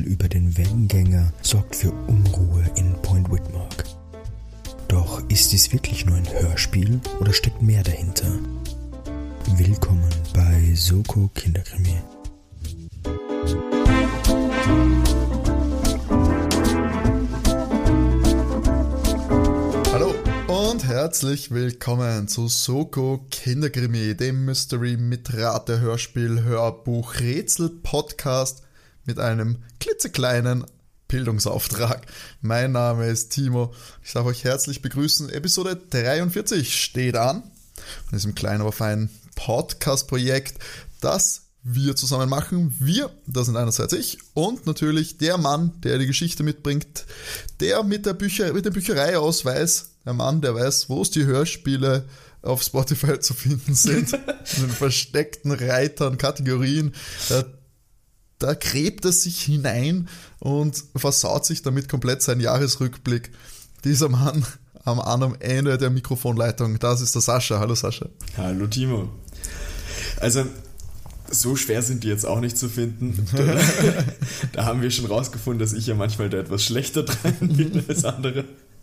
über den Wellengänger sorgt für Unruhe in Point Whitmark. Doch ist dies wirklich nur ein Hörspiel oder steckt mehr dahinter? Willkommen bei Soko Kinderkrimi. Hallo und herzlich willkommen zu Soko Kinderkrimi, dem Mystery-Mitrate-Hörspiel-Hörbuch-Rätsel-Podcast mit einem klitzekleinen Bildungsauftrag. Mein Name ist Timo. Ich darf euch herzlich begrüßen. Episode 43 steht an. Von diesem kleinen, aber feinen Podcast-Projekt, das wir zusammen machen. Wir, das sind einerseits ich und natürlich der Mann, der die Geschichte mitbringt, der mit dem Büchereiausweis, der Mann, der weiß, wo es die Hörspiele auf Spotify zu finden sind, in den versteckten Reitern, Kategorien. Da gräbt er sich hinein und versaut sich damit komplett seinen Jahresrückblick. Dieser Mann am anderen Ende der Mikrofonleitung, das ist der Sascha. Hallo Sascha. Hallo Timo. Also, so schwer sind die jetzt auch nicht zu finden. Da haben wir schon rausgefunden, dass ich ja manchmal da etwas schlechter dran bin als andere.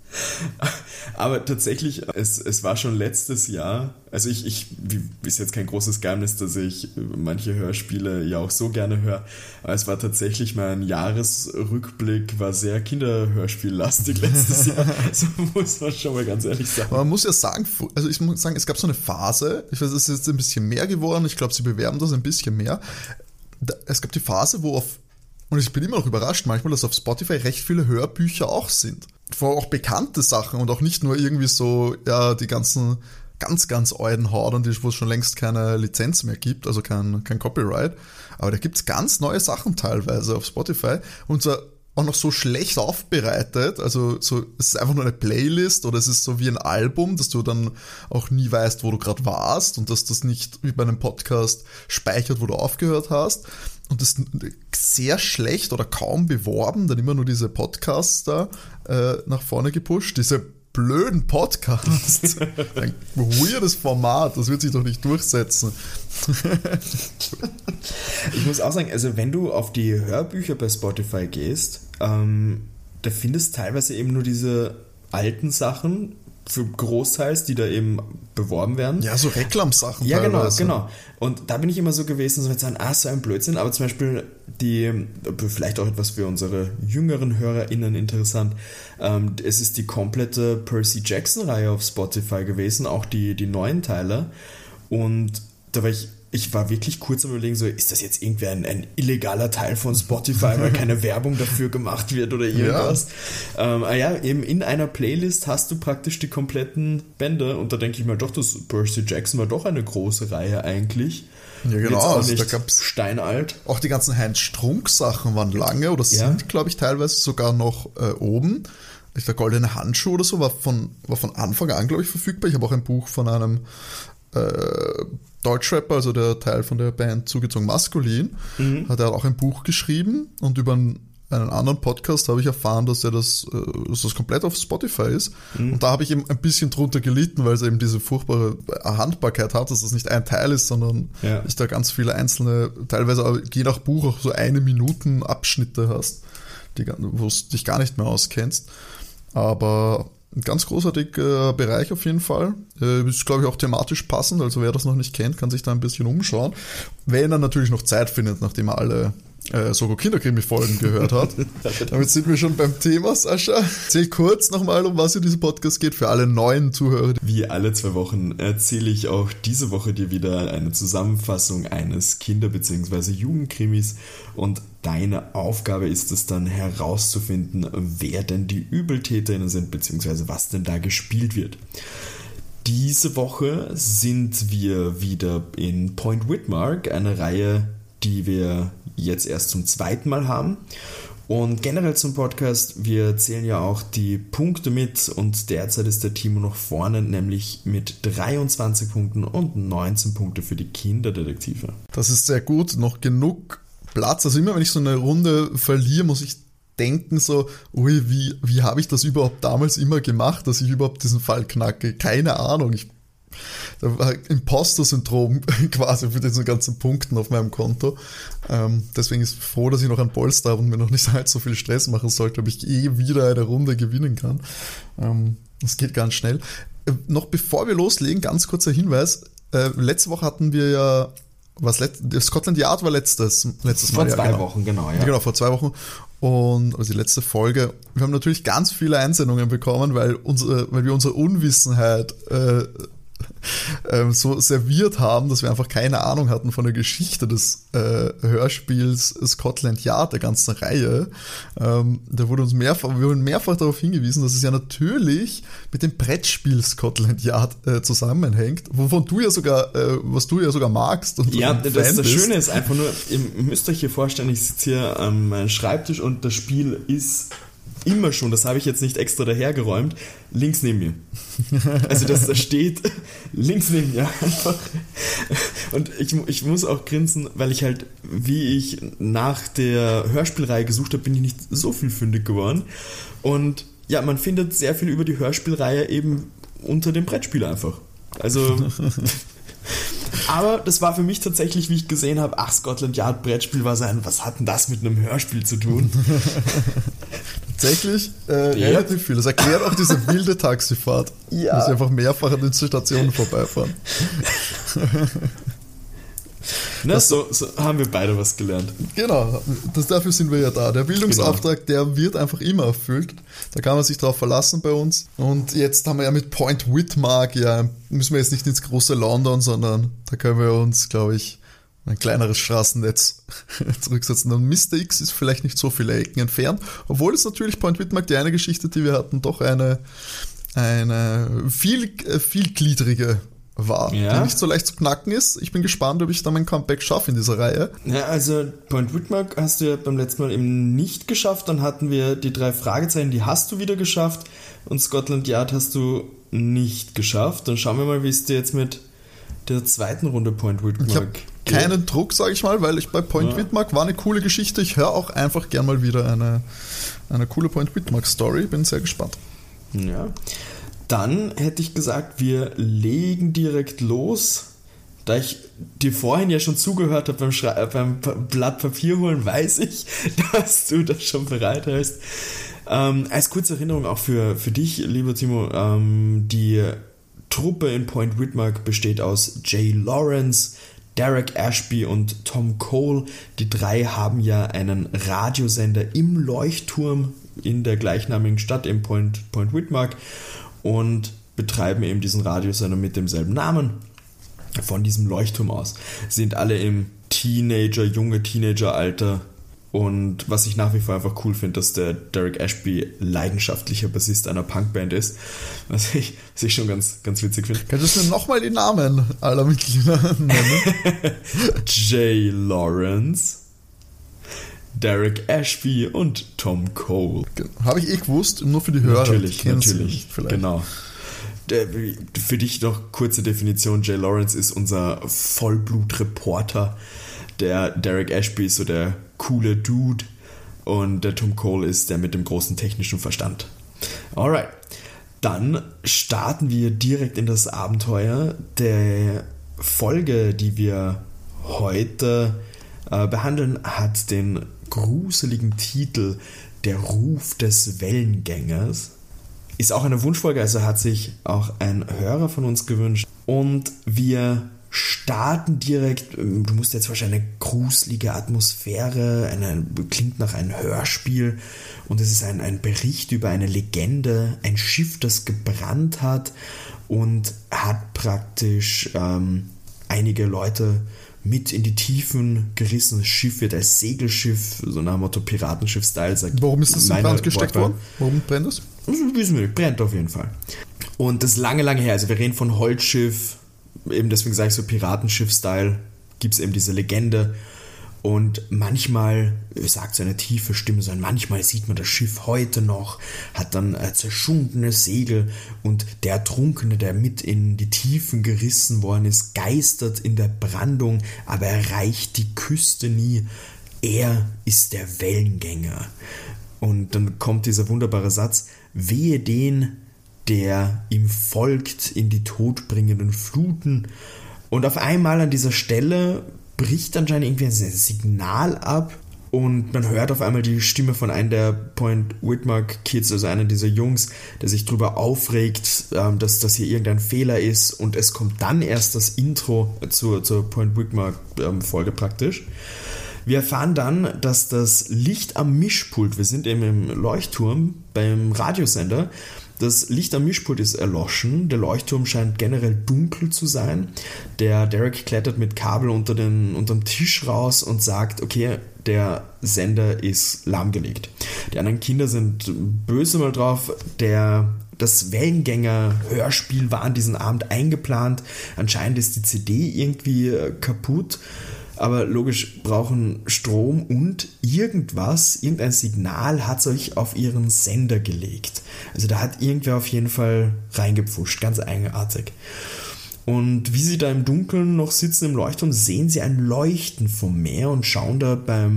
Aber tatsächlich, es war schon letztes Jahr, also ich ist jetzt kein großes Geheimnis, dass ich manche Hörspiele ja auch so gerne höre, aber es war tatsächlich mein Jahresrückblick, war sehr kinderhörspiellastig letztes Jahr, so muss man schon mal ganz ehrlich sagen. Man muss ja sagen, also ich muss sagen, es gab so eine Phase, ich weiß, es ist jetzt ein bisschen mehr geworden, ich glaube, sie bewerben das ein bisschen mehr, es gab die Phase, und ich bin immer noch überrascht manchmal, dass auf Spotify recht viele Hörbücher auch sind. Vor allem auch bekannte Sachen und auch nicht nur irgendwie so, ja, die ganzen ganz alten Hordern, wo es schon längst keine Lizenz mehr gibt, also kein Copyright. Aber da gibt es ganz neue Sachen teilweise auf Spotify und so auch noch so schlecht aufbereitet, also so, es ist einfach nur eine Playlist oder es ist so wie ein Album, dass du dann auch nie weißt, wo du gerade warst und dass das nicht wie bei einem Podcast speichert, wo du aufgehört hast. Und das ist sehr schlecht oder kaum beworben, dann immer nur diese Podcasts da nach vorne gepusht, diese blöden Podcasts. Ein weirdes Format, das wird sich doch nicht durchsetzen. Ich muss auch sagen, also wenn du auf die Hörbücher bei Spotify gehst, da findest du teilweise eben nur diese alten Sachen, für großteils, die da eben beworben werden. Ja, so Reklamsachen. Ja, genau. Und da bin ich immer so gewesen, so mit sagen, so ein Blödsinn, aber zum Beispiel vielleicht auch etwas für unsere jüngeren HörerInnen interessant, es ist die komplette Percy Jackson-Reihe auf Spotify gewesen, auch die neuen Teile. Und da war ich war wirklich kurz am Überlegen, so, ist das jetzt irgendwie ein illegaler Teil von Spotify, weil keine Werbung dafür gemacht wird oder irgendwas? Ja. Eben in einer Playlist hast du praktisch die kompletten Bände und da denke ich mir doch, das Percy Jackson war doch eine große Reihe eigentlich. Ja, genau. Auch also nicht da gab's steinalt. Auch die ganzen Heinz-Strunk-Sachen waren lange oder sind, glaube ich, teilweise sogar noch oben. Der goldene Handschuh oder so war von Anfang an, glaube ich, verfügbar. Ich habe auch ein Buch von einem Deutschrapper, also der Teil von der Band Zugezogen Maskulin, hat er auch ein Buch geschrieben und über einen anderen Podcast habe ich erfahren, dass das komplett auf Spotify ist. Und da habe ich eben ein bisschen drunter gelitten, weil es eben diese furchtbare Handbarkeit hat, dass das nicht ein Teil ist, sondern ich da ganz viele einzelne, teilweise je nach Buch auch so 1 Minuten Abschnitte hast, wo du dich gar nicht mehr auskennst. Aber ein ganz großartiger Bereich auf jeden Fall. Ist, glaube ich, auch thematisch passend. Also wer das noch nicht kennt, kann sich da ein bisschen umschauen. Wenn er natürlich noch Zeit findet, nachdem er alle Soko Kinderkrimi-Folgen gehört hat. Damit sind wir schon beim Thema, Sascha. Erzähl kurz nochmal, um was in diesem Podcast geht, für alle neuen Zuhörer. Wie alle 2 Wochen erzähle ich auch diese Woche dir wieder eine Zusammenfassung eines Kinder- bzw. Jugendkrimis und deine Aufgabe ist es dann herauszufinden, wer denn die ÜbeltäterInnen sind, bzw. was denn da gespielt wird. Diese Woche sind wir wieder in Point Whitmark, eine Reihe, die wir jetzt erst zum 2. Mal haben. Und generell zum Podcast, wir zählen ja auch die Punkte mit und derzeit ist der Timo noch vorne, nämlich mit 23 Punkten und 19 Punkte für die Kinderdetektive. Das ist sehr gut, noch genug Platz. Also immer wenn ich so eine Runde verliere, muss ich denken so, ui, wie habe ich das überhaupt damals immer gemacht, dass ich überhaupt diesen Fall knacke? Keine Ahnung, ich Imposter-Syndrom quasi für diese ganzen Punkten auf meinem Konto. Deswegen ist froh, dass ich noch ein Polster habe und mir noch nicht allzu viel Stress machen sollte, ob ich wieder eine Runde gewinnen kann. Das geht ganz schnell. Noch bevor wir loslegen, ganz kurzer Hinweis. Letzte Woche hatten wir ja Scotland Yard war letztes Mal. Vor 2 Wochen, genau. Ja. Genau, vor 2 Wochen. Und also die letzte Folge. Wir haben natürlich ganz viele Einsendungen bekommen, weil wir unsere Unwissenheit so serviert haben, dass wir einfach keine Ahnung hatten von der Geschichte des Hörspiels Scotland Yard, der ganzen Reihe. Da wurde wir wurden mehrfach darauf hingewiesen, dass es ja natürlich mit dem Brettspiel Scotland Yard zusammenhängt, wovon du ja sogar, was du ja sogar magst. Und ja, das Schöne ist einfach nur, ihr müsst euch hier vorstellen, ich sitze hier an meinem Schreibtisch und das Spiel ist immer schon, das habe ich jetzt nicht extra dahergeräumt, links neben mir. Also das steht links neben mir einfach. Und ich muss auch grinsen, weil ich halt, wie ich nach der Hörspielreihe gesucht habe, bin ich nicht so viel fündig geworden. Und ja, man findet sehr viel über die Hörspielreihe eben unter dem Brettspiel einfach. Also... Aber das war für mich tatsächlich, wie ich gesehen habe, Scotland Yard Brettspiel war was hat denn das mit einem Hörspiel zu tun? Tatsächlich relativ viel. Das erklärt auch diese wilde Taxifahrt. Ja. Dass sie einfach mehrfach an den Stationen vorbeifahren. So haben wir beide was gelernt. Genau, dafür sind wir ja da. Der Bildungsauftrag, der wird einfach immer erfüllt. Da kann man sich drauf verlassen bei uns. Und jetzt haben wir ja mit Point Whitmark, müssen wir jetzt nicht ins große London, sondern da können wir uns, glaube ich, ein kleineres Straßennetz zurücksetzen. Und Mr. X ist vielleicht nicht so viele Ecken entfernt, obwohl es natürlich Point Whitmark, die eine Geschichte, die wir hatten, doch eine vielgliedrige war, die nicht so leicht zu knacken ist. Ich bin gespannt, ob ich da mein Comeback schaffe in dieser Reihe. Ja, also Point Whitmark hast du ja beim letzten Mal eben nicht geschafft. Dann hatten wir die 3 Fragezeichen, die hast du wieder geschafft. Und Scotland Yard hast du nicht geschafft. Dann schauen wir mal, wie es dir jetzt mit der zweiten Runde Point Whitmark Ich habe keinen Druck, sage ich mal, weil ich bei Point Whitmark war eine coole Geschichte. Ich höre auch einfach gern mal wieder eine coole Point Whitmark Story. Bin sehr gespannt. Ja. Dann hätte ich gesagt, wir legen direkt los. Da ich dir vorhin ja schon zugehört habe beim Blatt Papier holen, weiß ich, dass du das schon bereit hast. Als kurze Erinnerung auch für dich, lieber Timo, die Truppe in Point Whitmark besteht aus Jay Lawrence, Derek Ashby und Tom Cole. Die 3 haben ja einen Radiosender im Leuchtturm in der gleichnamigen Stadt, im Point Whitmark, und betreiben eben diesen Radiosender mit demselben Namen von diesem Leuchtturm aus. Sind alle im junge Teenager-Alter, und was ich nach wie vor einfach cool finde, dass der Derek Ashby leidenschaftlicher Bassist einer Punkband ist, was ich schon ganz, ganz witzig finde. Könntest du mir nochmal die Namen aller Mitglieder nennen? Jay Lawrence, Derek Ashby und Tom Cole. Habe ich gewusst, nur für die Hörer. Natürlich. Genau. Für dich noch kurze Definition: Jay Lawrence ist unser Vollblut-Reporter. Der Derek Ashby ist so der coole Dude und der Tom Cole ist der mit dem großen technischen Verstand. Alright. Dann starten wir direkt in das Abenteuer. Der Folge, die wir heute behandeln, hat den gruseligen Titel Der Ruf des Wellengängers. Ist auch eine Wunschfolge, also hat sich auch ein Hörer von uns gewünscht. Und wir starten direkt, du musst jetzt wahrscheinlich eine gruselige Atmosphäre, klingt nach einem Hörspiel, und es ist ein Bericht über eine Legende, ein Schiff, das gebrannt hat und hat praktisch einige Leute mit in die Tiefen gerissen. Das Schiff wird als Segelschiff, so nach dem Motto Piratenschiff-Style. Warum ist das in Brand gesteckt worden? Warum brennt es? Wissen wir nicht, brennt auf jeden Fall. Und das ist lange, lange her. Also wir reden von Holzschiff, eben deswegen sage ich so Piratenschiff-Style, gibt es eben diese Legende. Und manchmal sagt so eine tiefe Stimme, manchmal sieht man das Schiff heute noch, hat dann zerschundene Segel, und der Ertrunkene, der mit in die Tiefen gerissen worden ist, geistert in der Brandung, aber erreicht die Küste nie. Er ist der Wellengänger. Und dann kommt dieser wunderbare Satz: Wehe den, der ihm folgt in die todbringenden Fluten. Und auf einmal an dieser Stelle bricht anscheinend irgendwie ein Signal ab und man hört auf einmal die Stimme von einem der Point Whitmark Kids, also einer dieser Jungs, der sich darüber aufregt, dass das hier irgendein Fehler ist, und es kommt dann erst das Intro zur Point Whitmark Folge praktisch. Wir erfahren dann, dass das Licht am Mischpult, wir sind eben im Leuchtturm beim Radiosender, das Licht am Mischpult ist erloschen, der Leuchtturm scheint generell dunkel zu sein. Der Derek klettert mit Kabel unterm Tisch raus und sagt, okay, der Sender ist lahmgelegt. Die anderen Kinder sind böse mal drauf. Das Wellengänger-Hörspiel war an diesem Abend eingeplant. Anscheinend ist die CD irgendwie kaputt. Aber logisch brauchen Strom und irgendein Signal hat sich auf ihren Sender gelegt. Also da hat irgendwer auf jeden Fall reingepfuscht, ganz eigenartig. Und wie sie da im Dunkeln noch sitzen im Leuchtturm, sehen sie ein Leuchten vom Meer und schauen da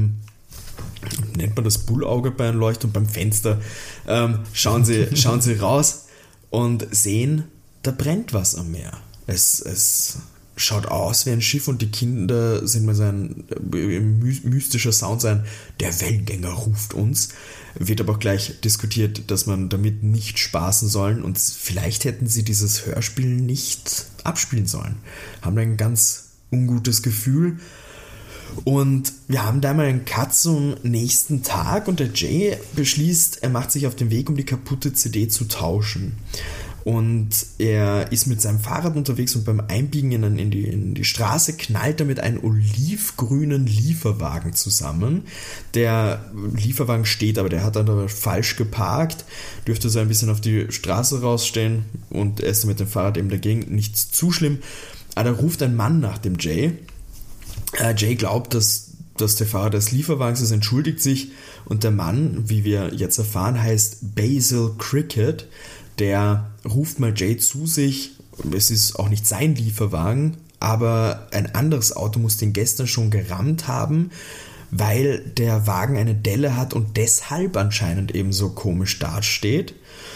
nennt man das Bullauge bei einem Leuchtturm, beim Fenster, schauen sie raus und sehen, da brennt was am Meer. Es schaut aus wie ein Schiff und die Kinder sind mal ein mystischer Sound sein, der Wellengänger ruft uns. Wird aber auch gleich diskutiert, dass man damit nicht spaßen sollen und vielleicht hätten sie dieses Hörspiel nicht abspielen sollen. Haben ein ganz ungutes Gefühl. Und wir haben da mal einen Cut zum nächsten Tag und der Jay beschließt, er macht sich auf den Weg, um die kaputte CD zu tauschen. Und er ist mit seinem Fahrrad unterwegs und beim Einbiegen in die Straße knallt er mit einem olivgrünen Lieferwagen zusammen. Der Lieferwagen steht, aber der hat dann aber falsch geparkt, dürfte so ein bisschen auf die Straße rausstehen und er ist mit dem Fahrrad eben dagegen, nichts zu schlimm. Aber da ruft ein Mann nach dem Jay. Jay glaubt, dass der Fahrer des Lieferwagens ist, entschuldigt sich und der Mann, wie wir jetzt erfahren, heißt Basil Cricket. Der ruft mal Jay zu sich, es ist auch nicht sein Lieferwagen, aber ein anderes Auto muss den gestern schon gerammt haben, weil der Wagen eine Delle hat und deshalb anscheinend eben so komisch dasteht.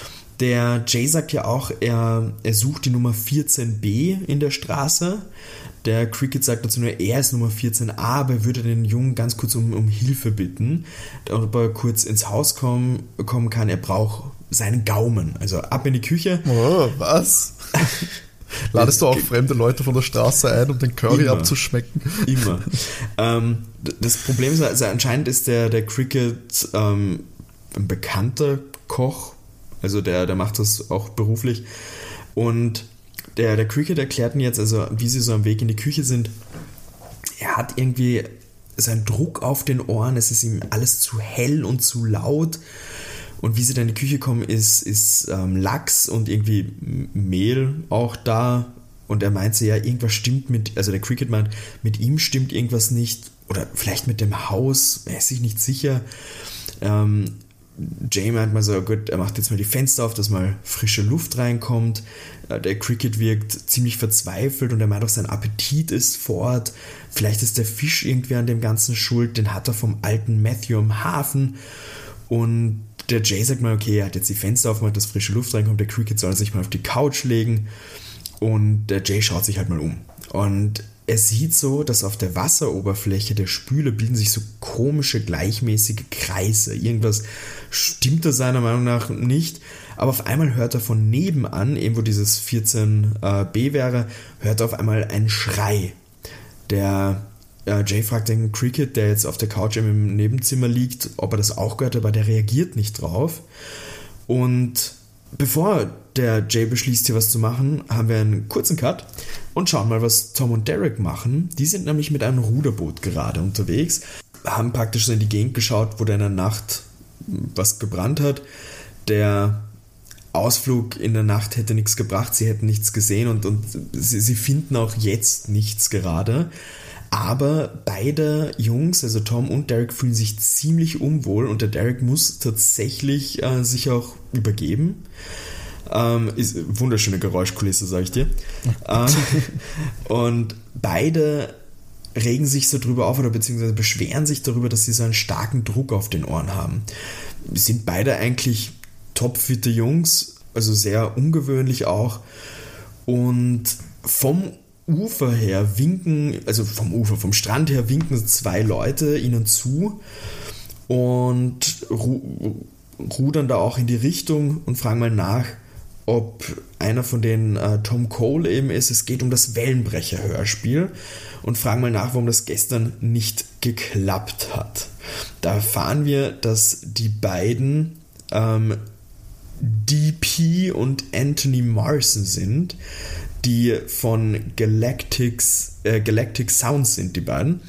Der Jay sagt ja auch, er sucht die Nummer 14b in der Straße. Der Cricket sagt dazu nur, er ist Nummer 14a, aber er würde den Jungen ganz kurz um Hilfe bitten, ob er kurz ins Haus kommen kann. Er braucht seinen Gaumen, also ab in die Küche. Oh, was? Ladest du auch fremde Leute von der Straße ein, um den Curry abzuschmecken? Immer. Das Problem ist, also anscheinend ist der Cricket ein bekannter Koch, also der macht das auch beruflich und der Cricket erklärt mir jetzt, also wie sie so am Weg in die Küche sind, er hat irgendwie seinen Druck auf den Ohren, es ist ihm alles zu hell und zu laut. Und wie sie dann in die Küche kommen, ist Lachs und irgendwie Mehl auch da. Und er meinte ja, irgendwas stimmt der Cricket meint, mit ihm stimmt irgendwas nicht. Oder vielleicht mit dem Haus, er ist sich nicht sicher. Jay meint mal so, gut, er macht jetzt mal die Fenster auf, dass mal frische Luft reinkommt. Der Cricket wirkt ziemlich verzweifelt und er meint auch, sein Appetit ist fort. Vielleicht ist der Fisch irgendwie an dem Ganzen schuld, den hat er vom alten Matthew im Hafen. Und der Jay sagt mal, okay, er hat jetzt die Fenster aufgemacht, dass frische Luft reinkommt, der Cricket soll sich mal auf die Couch legen und der Jay schaut sich halt mal um. Und er sieht so, dass auf der Wasseroberfläche der Spüle bilden sich so komische, gleichmäßige Kreise. Irgendwas stimmt da seiner Meinung nach nicht, aber auf einmal hört er von nebenan, eben wo dieses 14b wäre, hört er auf einmal einen Schrei. Der Jay fragt den Cricket, der jetzt auf der Couch im Nebenzimmer liegt, ob er das auch gehört hat, aber der reagiert nicht drauf. Und bevor der Jay beschließt, hier was zu machen, haben wir einen kurzen Cut und schauen mal, was Tom und Derek machen. Die sind nämlich mit einem Ruderboot gerade unterwegs, haben praktisch so in die Gegend geschaut, wo da in der Nacht was gebrannt hat. Der Ausflug in der Nacht hätte nichts gebracht, sie hätten nichts gesehen und sie finden auch jetzt nichts gerade. Aber beide Jungs, also Tom und Derek, fühlen sich ziemlich unwohl und der Derek muss tatsächlich sich auch übergeben. Ist wunderschöne Geräuschkulisse, sag ich dir. Und beide regen sich so drüber auf oder beziehungsweise beschweren sich darüber, dass sie so einen starken Druck auf den Ohren haben. Sind beide eigentlich topfitte Jungs, also sehr ungewöhnlich auch. Und vom Ufer her winken, also vom Strand her winken 2 Leute ihnen zu und rudern da auch in die Richtung und fragen mal nach, ob einer von denen Tom Cole eben ist. Es geht um das Wellenbrecher-Hörspiel und fragen mal nach, warum das gestern nicht geklappt hat. Da erfahren wir, dass die beiden DP und Anthony Marson sind, die von Galactic Sounds sind, die beiden.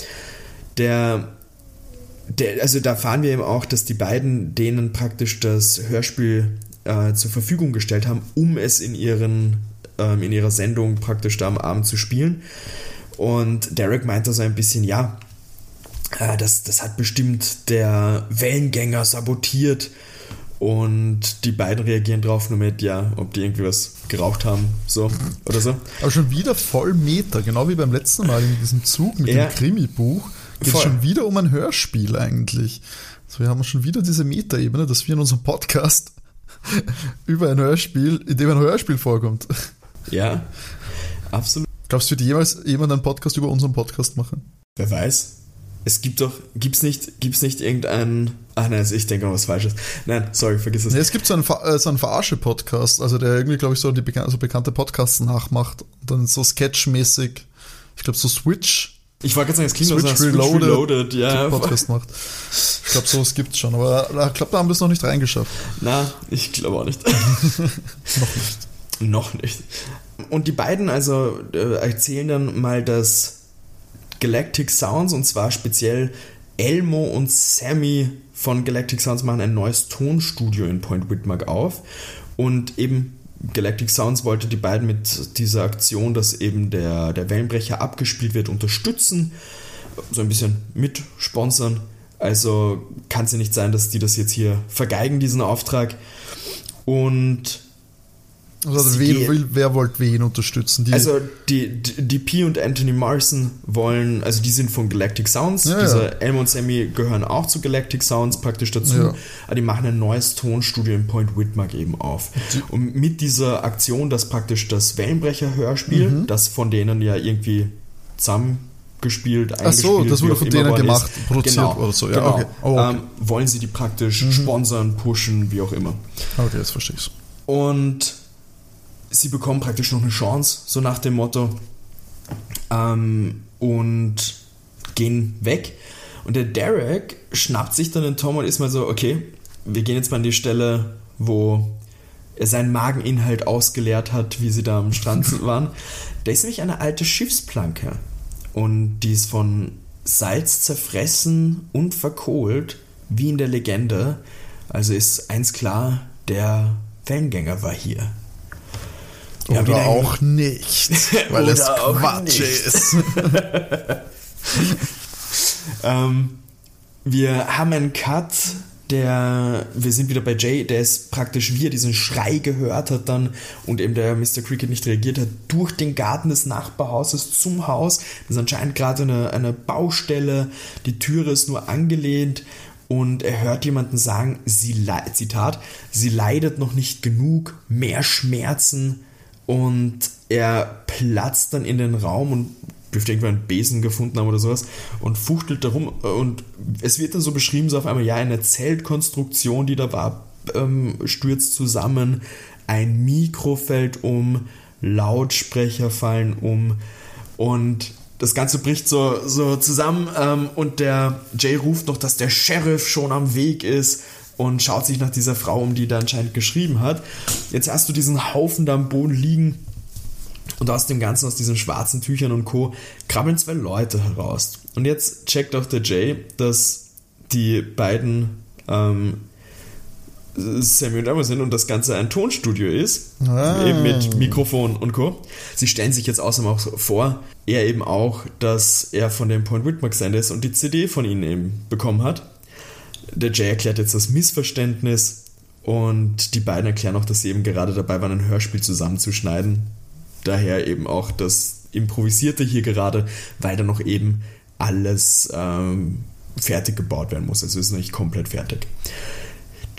Also da erfahren wir eben auch, dass die beiden denen praktisch das Hörspiel zur Verfügung gestellt haben, um es in ihrer Sendung praktisch da am Abend zu spielen. Und Derek meint da so ein bisschen, das hat bestimmt der Wellengänger sabotiert. Und die beiden reagieren drauf nur mit, ob die irgendwie was geraucht haben, so oder so. Aber schon wieder voll Meta, genau wie beim letzten Mal in diesem Zug mit dem Krimi-Buch. Geht es schon wieder um ein Hörspiel eigentlich. Also wir haben schon wieder diese Meta-Ebene, dass wir in unserem Podcast über ein Hörspiel, in dem ein Hörspiel vorkommt. Ja, absolut. Glaubst du, wird jemals jemand einen Podcast über unseren Podcast machen? Wer weiß. Es gibt's nicht irgendeinen... Ach nein, ich denke mal was Falsches. Nein, sorry, vergiss es. Nee, es gibt so einen Verarsche-Podcast, also der irgendwie, glaube ich, so bekannte Podcasts nachmacht und dann so sketchmäßig, ich glaube so Switch. Ich wollte gerade sagen, es klingt Switch so Reloaded, ja. Podcast macht. Ich glaube, sowas gibt's schon, aber ich glaube, da haben wir es noch nicht reingeschafft. Na, ich glaube auch nicht. Noch nicht. Und die beiden also erzählen dann mal, dass Galactic Sounds, und zwar speziell Elmo und Sammy von Galactic Sounds machen ein neues Tonstudio in Point Whitmark auf. Und eben Galactic Sounds wollte die beiden mit dieser Aktion, dass eben der Wellenbrecher abgespielt wird, unterstützen, so ein bisschen mitsponsern. Also kann es ja nicht sein, dass die das jetzt hier vergeigen, diesen Auftrag. Und also wer wollte wen unterstützen? Die P und Anthony Marson wollen, also die sind von Galactic Sounds, Elmo und Sammy gehören auch zu Galactic Sounds praktisch dazu, aber die machen ein neues Tonstudio in Point Whitmark eben auf. Und mit dieser Aktion, dass praktisch das Wellenbrecher-Hörspiel, das von denen ja irgendwie zusammengespielt, eingespielt, ach so, das wurde von denen gemacht, produziert oder so. Ja, genau. Okay. Oh, okay. Wollen sie die praktisch sponsern, pushen, wie auch immer. Okay, jetzt verstehe ich's. Und sie bekommen praktisch noch eine Chance, so nach dem Motto, und gehen weg. Und der Derek schnappt sich dann den Tom und ist mal so, okay, wir gehen jetzt mal an die Stelle, wo er seinen Mageninhalt ausgeleert hat, wie sie da am Strand waren. Da ist nämlich eine alte Schiffsplanke. Und die ist von Salz zerfressen und verkohlt, wie in der Legende. Also ist eins klar, der Wellengänger war hier. Oder auch nicht, weil es Quatsch ist. Wir haben einen Cut, wir sind wieder bei Jay, der ist praktisch, wie er diesen Schrei gehört hat dann und eben der Mr. Cricket nicht reagiert hat, durch den Garten des Nachbarhauses zum Haus. Das ist anscheinend gerade eine Baustelle, die Türe ist nur angelehnt und er hört jemanden sagen, Zitat, sie leidet noch nicht genug, mehr Schmerzen. Und er platzt dann in den Raum und dürfte irgendwann einen Besen gefunden haben oder sowas und fuchtelt da rum. Und es wird dann so beschrieben, so auf einmal, eine Zeltkonstruktion, die da war, stürzt zusammen, ein Mikro fällt um, Lautsprecher fallen um und das Ganze bricht so zusammen und der Jay ruft noch, dass der Sheriff schon am Weg ist und schaut sich nach dieser Frau um, die da anscheinend geschrieben hat. Jetzt hast du diesen Haufen da am Boden liegen und aus dem Ganzen, aus diesen schwarzen Tüchern und Co. krabbeln 2 Leute heraus. Und jetzt checkt auch der Jay, dass die beiden Sammy und Elmo sind und das Ganze ein Tonstudio ist, eben mit Mikrofon und Co. Sie stellen sich jetzt außerdem auch vor, er eben auch, dass er von dem Point Whitmark Sender ist und die CD von ihnen eben bekommen hat. Der Jay erklärt jetzt das Missverständnis und die beiden erklären auch, dass sie eben gerade dabei waren, ein Hörspiel zusammenzuschneiden. Daher eben auch das Improvisierte hier gerade, weil da noch eben alles fertig gebaut werden muss. Also ist noch nicht komplett fertig.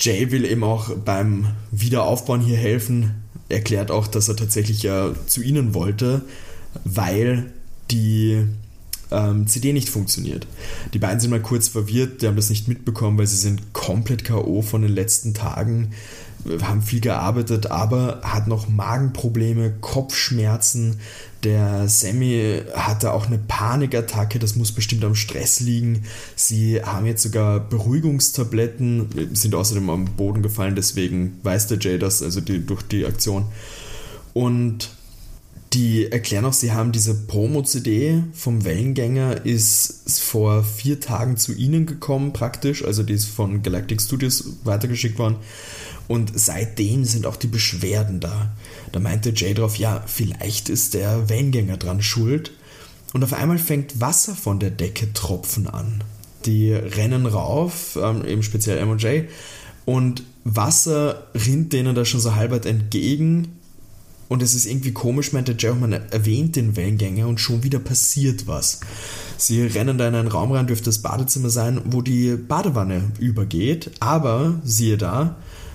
Jay will eben auch beim Wiederaufbauen hier helfen, erklärt auch, dass er tatsächlich ja zu ihnen wollte, weil die CD nicht funktioniert. Die beiden sind mal kurz verwirrt, die haben das nicht mitbekommen, weil sie sind komplett K.O. von den letzten Tagen, haben viel gearbeitet, aber hat noch Magenprobleme, Kopfschmerzen. Der Sammy hatte auch eine Panikattacke, das muss bestimmt am Stress liegen. Sie haben jetzt sogar Beruhigungstabletten, sind außerdem am Boden gefallen, deswegen weiß der Jay das, also durch die Aktion. Und die erklären auch, sie haben diese Promo-CD vom Wellengänger, ist vor 4 Tagen zu ihnen gekommen praktisch, also die ist von Galactic Studios weitergeschickt worden. Und seitdem sind auch die Beschwerden da. Da meinte Jay drauf, ja, vielleicht ist der Wellengänger dran schuld. Und auf einmal fängt Wasser von der Decke tropfen an. Die rennen rauf, eben speziell M&J, und Wasser rinnt denen da schon so halbert entgegen. Und es ist irgendwie komisch, meinte Jay auch, man erwähnt den Wellengänger und schon wieder passiert was. Sie rennen da in einen Raum rein, dürfte das Badezimmer sein, wo die Badewanne übergeht. Aber, siehe da,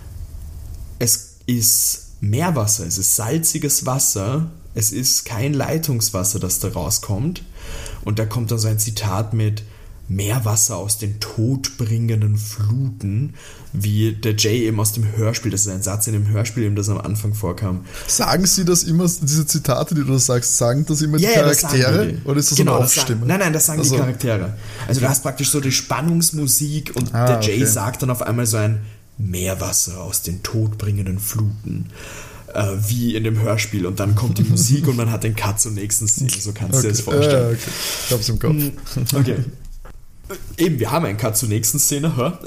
es ist Meerwasser, es ist salziges Wasser, es ist kein Leitungswasser, das da rauskommt. Und da kommt dann so ein Zitat mit Meerwasser aus den todbringenden Fluten, wie der Jay eben aus dem Hörspiel, das ist ein Satz in dem Hörspiel, eben das am Anfang vorkam. Sagen sie das immer, diese Zitate, die du sagst, sagen das immer die Charaktere? Oder ist das eine Aufstimme? Nein, das sagen die Charaktere. Also du hast praktisch so die Spannungsmusik und der Jay sagt dann auf einmal so ein Meerwasser aus den todbringenden Fluten, wie in dem Hörspiel, und dann kommt die Musik und man hat den Cut zur nächsten Szene, so kannst du dir das vorstellen. Okay. Ich hab's im Kopf. Okay. Eben, wir haben einen Cut zur nächsten Szene, hör.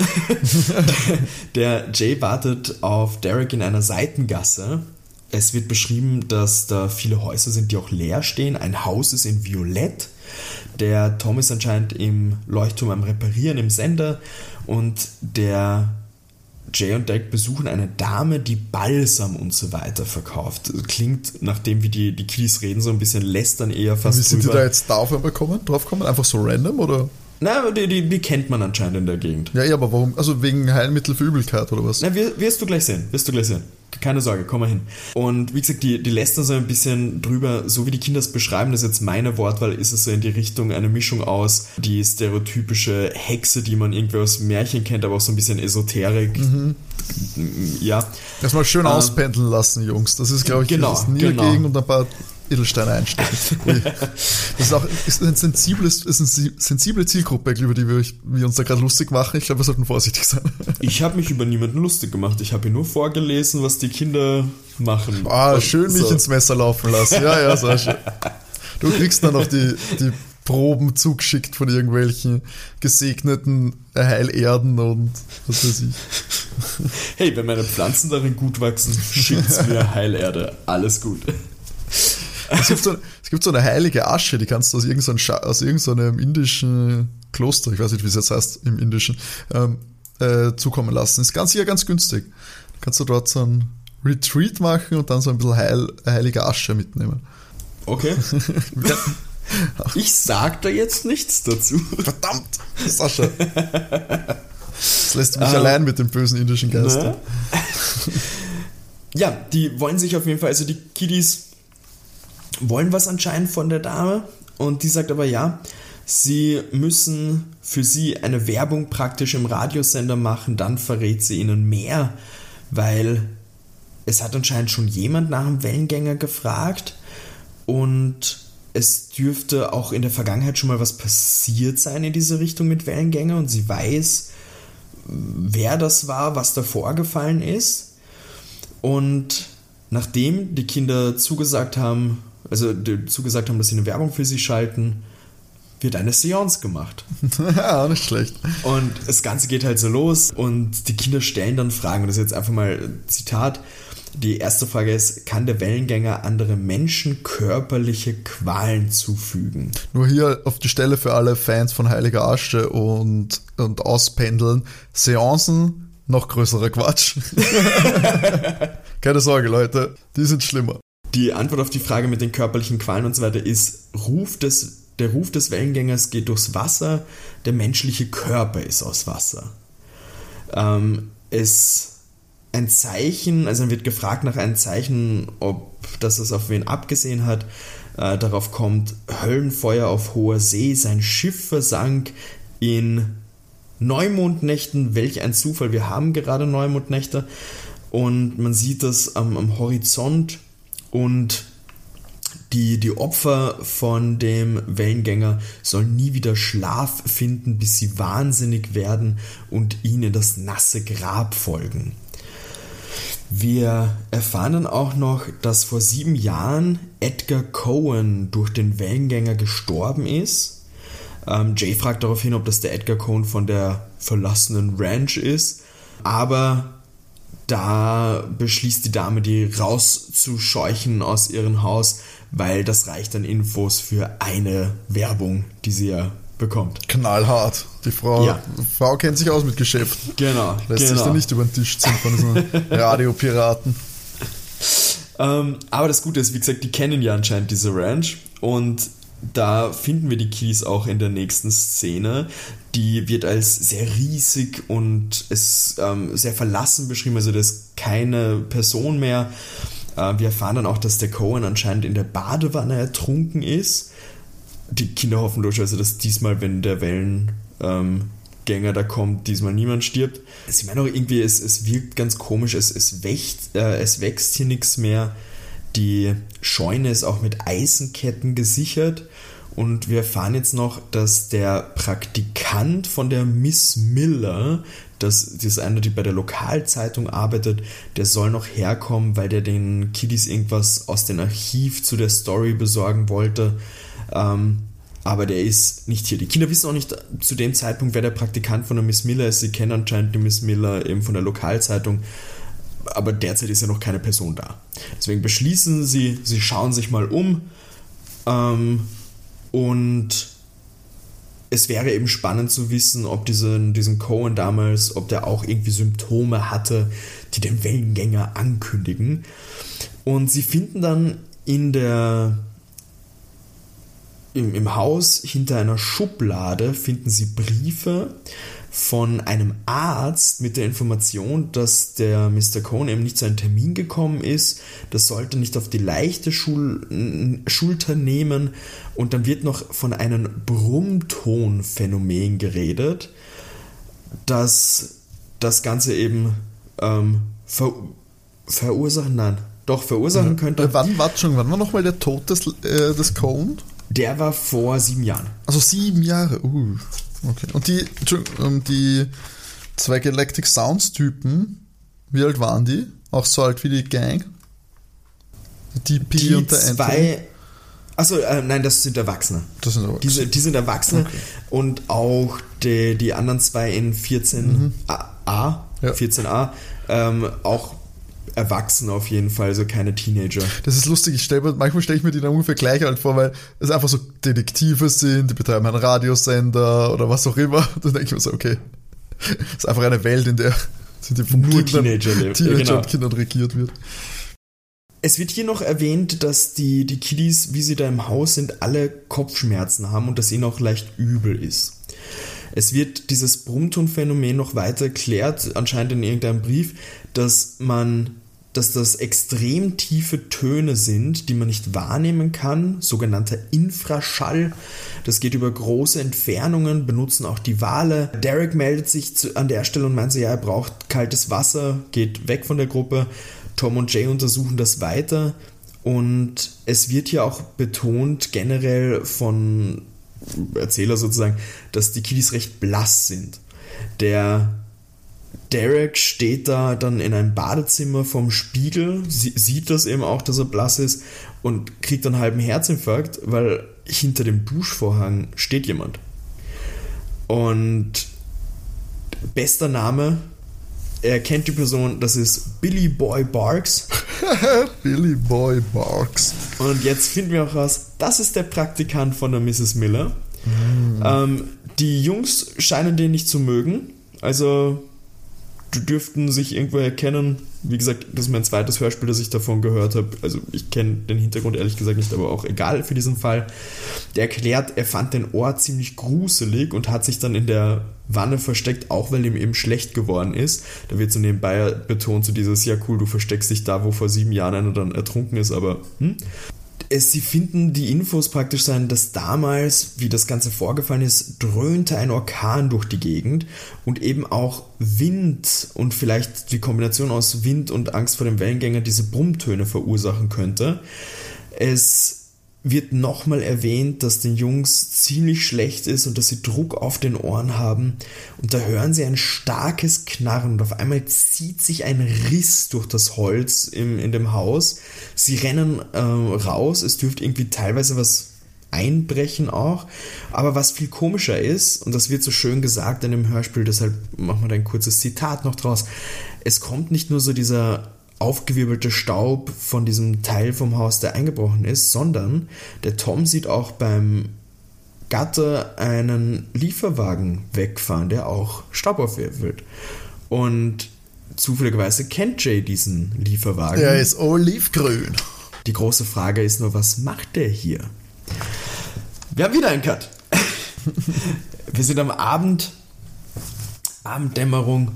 Der Jay wartet auf Derek in einer Seitengasse. Es wird beschrieben, dass da viele Häuser sind, die auch leer stehen. Ein Haus ist in Violett. Der Tom ist anscheinend im Leuchtturm am Reparieren, im Sender, und der Jay und Derek besuchen eine Dame, die Balsam und so weiter verkauft. Klingt, nachdem wie die Kiddies reden, so ein bisschen lästern eher fast. Wie sind die da jetzt drauf kommen? Einfach so random, oder? Na, die kennt man anscheinend in der Gegend. Ja, aber warum? Also wegen Heilmittel für Übelkeit oder was? Na, wirst du gleich sehen. Keine Sorge, komm mal hin. Und wie gesagt, die lästern so ein bisschen drüber, so wie die Kinder es beschreiben, das ist jetzt meine Wortwahl, ist es so in die Richtung eine Mischung aus die stereotypische Hexe, die man irgendwie aus Märchen kennt, aber auch so ein bisschen Esoterik. Mhm. Ja. Erstmal schön auspendeln lassen, Jungs. Das ist, glaube ich, das Niergegen und ein paar Edelsteine einstecken. Das ist eine sensible Zielgruppe, über die wir uns da gerade lustig machen. Ich glaube, wir sollten vorsichtig sein. Ich habe mich über niemanden lustig gemacht. Ich habe hier nur vorgelesen, was die Kinder machen. Schön mich ins Messer laufen lassen. Ja, sehr schön. Du kriegst dann noch die Proben zugeschickt von irgendwelchen gesegneten Heilerden und was weiß ich. Hey, wenn meine Pflanzen darin gut wachsen, schickt's mir Heilerde. Alles gut. Es gibt so eine heilige Asche, die kannst du aus irgendeinem indischen Kloster, ich weiß nicht, wie es jetzt heißt im Indischen, zukommen lassen. Ist ganz günstig. Kannst du dort so ein Retreat machen und dann so ein bisschen heilige Asche mitnehmen. Okay. Ich sag da jetzt nichts dazu. Verdammt, Sascha. Das lässt mich allein mit dem bösen indischen Geist. Ja, die wollen sich auf jeden Fall, also die Kiddies wollen was anscheinend von der Dame, und die sagt aber ja, sie müssen für sie eine Werbung praktisch im Radiosender machen, dann verrät sie ihnen mehr, weil es hat anscheinend schon jemand nach dem Wellengänger gefragt und es dürfte auch in der Vergangenheit schon mal was passiert sein in diese Richtung mit Wellengänger, und sie weiß, wer das war, was da vorgefallen ist. Und nachdem die Kinder zugesagt haben, dass sie eine Werbung für sie schalten, wird eine Seance gemacht. Ja, nicht schlecht. Und das Ganze geht halt so los und die Kinder stellen dann Fragen. Und das ist jetzt einfach mal Zitat. Die erste Frage ist, kann der Wellengänger anderen Menschen körperliche Qualen zufügen? Nur hier auf die Stelle für alle Fans von Heiliger Asche und Auspendeln. Seancen, noch größerer Quatsch. Keine Sorge, Leute, die sind schlimmer. Die Antwort auf die Frage mit den körperlichen Qualen und so weiter ist, der Ruf des Wellengängers geht durchs Wasser, der menschliche Körper ist aus Wasser. es ein Zeichen, also dann wird gefragt nach einem Zeichen, ob das es auf wen abgesehen hat. Darauf kommt Höllenfeuer auf hoher See, sein Schiff versank in Neumondnächten. Welch ein Zufall, wir haben gerade Neumondnächte. Und man sieht das am Horizont und die Opfer von dem Wellengänger sollen nie wieder Schlaf finden, bis sie wahnsinnig werden und ihn in das nasse Grab folgen. Wir erfahren dann auch noch, dass vor 7 Jahren Edgar Cohen durch den Wellengänger gestorben ist. Jay fragt darauf hin, ob das der Edgar Cohen von der verlassenen Ranch ist, aber da beschließt die Dame, die rauszuscheuchen aus ihrem Haus, weil das reicht an Infos für eine Werbung, die sie ja bekommt. Knallhart. Die Frau kennt sich aus mit Geschäften. Genau. Lässt sich da nicht über den Tisch ziehen von diesen Radiopiraten. Aber das Gute ist, wie gesagt, die kennen ja anscheinend diese Ranch und da finden wir die Kiddies auch in der nächsten Szene. Die wird als sehr riesig und ist sehr verlassen beschrieben, also da ist keine Person mehr. Wir erfahren dann auch, dass der Cohen anscheinend in der Badewanne ertrunken ist. Die Kinder hoffen durchaus, dass diesmal, wenn der Wellengänger da kommt, diesmal niemand stirbt. Ich meine auch irgendwie, es wirkt ganz komisch, es wächst hier nichts mehr. Die Scheune ist auch mit Eisenketten gesichert. Und wir erfahren jetzt noch, dass der Praktikant von der Miss Miller, das ist einer, die bei der Lokalzeitung arbeitet, der soll noch herkommen, weil der den Kiddies irgendwas aus dem Archiv zu der Story besorgen wollte. Aber der ist nicht hier. Die Kinder wissen auch nicht zu dem Zeitpunkt, wer der Praktikant von der Miss Miller ist. Sie kennen anscheinend die Miss Miller eben von der Lokalzeitung. Aber derzeit ist ja noch keine Person da. Deswegen beschließen sie schauen sich mal um. Und es wäre eben spannend zu wissen, ob diesen Cohen damals, ob der auch irgendwie Symptome hatte, die den Wellengänger ankündigen. Und sie finden dann im Haus hinter einer Schublade finden sie Briefe von einem Arzt mit der Information, dass der Mr. Cohen eben nicht zu einem Termin gekommen ist. Das sollte nicht auf die leichte Schulter nehmen. Und dann wird noch von einem Brummtonphänomen geredet, dass das Ganze eben verursachen könnte. Wann war nochmal der Tod des Cohen? Der war vor 7 Jahren. Also 7 Jahre, okay. Und die 2 Galactic Sounds Typen, wie alt waren die? Auch so alt wie die Gang? Die und der Anthony? Achso, nein, das sind Erwachsene. Das sind Erwachsene. Die sind Erwachsene. Okay. Und auch die anderen 2 in 14a, 14a, auch erwachsen auf jeden Fall, also keine Teenager. Das ist lustig, manchmal stelle ich mir die dann ungefähr gleich alt vor, weil es einfach so Detektive sind, die betreiben einen Radiosender oder was auch immer. Da denke ich mir so, okay, das ist einfach eine Welt, in der nur Teenager und Kindern regiert wird. Es wird hier noch erwähnt, dass die Kiddies, wie sie da im Haus sind, alle Kopfschmerzen haben und dass ihnen auch leicht übel ist. Es wird dieses Brummtonphänomen noch weiter erklärt, anscheinend in irgendeinem Brief, dass das extrem tiefe Töne sind, die man nicht wahrnehmen kann, sogenannter Infraschall. Das geht über große Entfernungen, benutzen auch die Wale. Derek meldet sich an der Stelle und meint so, ja, er braucht kaltes Wasser, geht weg von der Gruppe. Tom und Jay untersuchen das weiter und es wird hier auch betont, generell von Erzähler sozusagen, dass die Kiddies recht blass sind. Der Derek steht da dann in einem Badezimmer vorm Spiegel, sieht das eben auch, dass er blass ist und kriegt dann einen halben Herzinfarkt, weil hinter dem Duschvorhang steht jemand. Und bester Name, er kennt die Person, das ist Billy Boy Barks. Billy Boy Barks. Und jetzt finden wir auch raus, das ist der Praktikant von der Mrs. Miller. Die Jungs scheinen den nicht zu mögen, also dürften sich irgendwo erkennen. Wie gesagt, das ist mein zweites Hörspiel, das ich davon gehört habe. Also ich kenne den Hintergrund ehrlich gesagt nicht, aber auch egal für diesen Fall. Der erklärt, er fand den Ort ziemlich gruselig und hat sich dann in der Wanne versteckt, auch weil ihm eben schlecht geworden ist. Da wird so nebenbei betont, so dieses, ja cool, du versteckst dich da, wo vor 7 Jahren einer dann ertrunken ist, aber Sie finden die Infos praktisch sein, dass damals, wie das Ganze vorgefallen ist, dröhnte ein Orkan durch die Gegend und eben auch Wind und vielleicht die Kombination aus Wind und Angst vor dem Wellengänger diese Brummtöne verursachen könnte. Es wird nochmal erwähnt, dass den Jungs ziemlich schlecht ist und dass sie Druck auf den Ohren haben und da hören sie ein starkes Knarren und auf einmal zieht sich ein Riss durch das Holz in dem Haus. Sie rennen raus, es dürfte irgendwie teilweise was einbrechen auch, aber was viel komischer ist, und das wird so schön gesagt in dem Hörspiel, deshalb machen wir da ein kurzes Zitat noch draus, es kommt nicht nur so dieser aufgewirbelte Staub von diesem Teil vom Haus, der eingebrochen ist, sondern der Tom sieht auch beim Gatter einen Lieferwagen wegfahren, der auch Staub aufwirbelt. Und zufälligerweise kennt Jay diesen Lieferwagen. Der ist olivgrün. Die große Frage ist nur, was macht der hier? Wir haben wieder einen Cut. Wir sind am Abenddämmerung.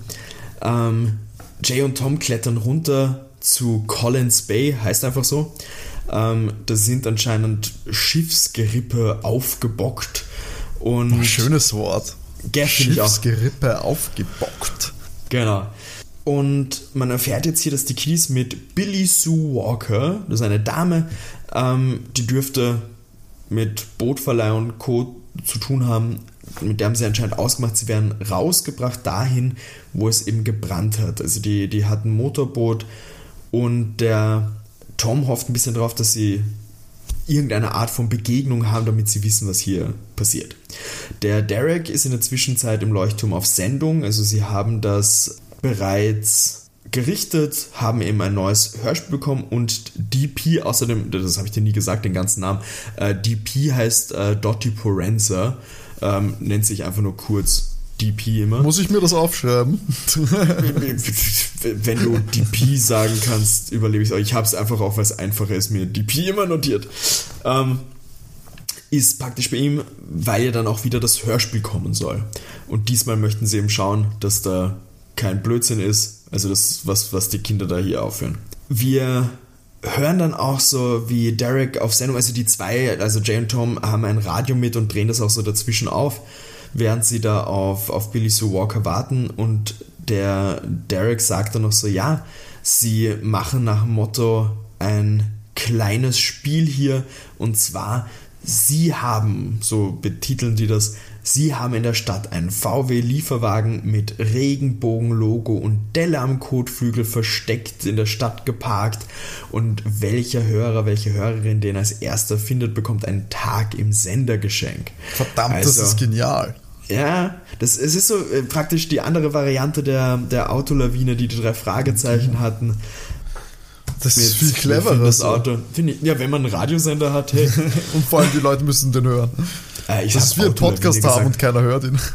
Jay und Tom klettern runter zu Collins Bay, heißt einfach so. Da sind anscheinend Schiffsgerippe aufgebockt. Und schönes Wort. Schiffsgerippe aufgebockt. Genau. Und man erfährt jetzt hier, dass die Kiddies mit Billy Sue Walker, das ist eine Dame, die dürfte mit Bootverleih und Co. zu tun haben. Mit der haben sie anscheinend ausgemacht, sie werden rausgebracht dahin, wo es eben gebrannt hat. Also die hatten ein Motorboot und der Tom hofft ein bisschen darauf, dass sie irgendeine Art von Begegnung haben, damit sie wissen, was hier passiert. Der Derek ist in der Zwischenzeit im Leuchtturm auf Sendung, also sie haben das bereits gerichtet, haben eben ein neues Hörspiel bekommen und DP, außerdem, das habe ich dir nie gesagt, den ganzen Namen, DP heißt Dottie Porenza, nennt sich einfach nur kurz DP immer. Muss ich mir das aufschreiben? Wenn du DP sagen kannst, überlebe ich es. Ich habe es einfach auch, weil es einfacher ist, mir DP immer notiert. Ist praktisch bei ihm, weil ja dann auch wieder das Hörspiel kommen soll. Und diesmal möchten sie eben schauen, dass da kein Blödsinn ist. Also das, was die Kinder da hier aufführen. Wir hören dann auch so, wie Derek auf Sendung, also die zwei, also Jay und Tom, haben ein Radio mit und drehen das auch so dazwischen auf, während sie da auf Billy Sue Walker warten, und der Derek sagt dann noch so, ja, sie machen nach dem Motto ein kleines Spiel hier, und zwar, sie haben, so betiteln die das, sie haben in der Stadt einen VW-Lieferwagen mit Regenbogen-Logo und Delle am Kotflügel versteckt in der Stadt geparkt, und welche Hörerin den als erster findet, bekommt einen Tag im Sendergeschenk. Verdammt, also, das ist genial. Ja, es ist so praktisch die andere Variante der Autolawine, die 3 Fragezeichen hatten. Das ist viel cleverer. Das Auto. Finde ich, ja, wenn man einen Radiosender hat, hey. Und vor allem die Leute müssen den hören. Das ist wie ein Podcast haben und keiner hört ihn.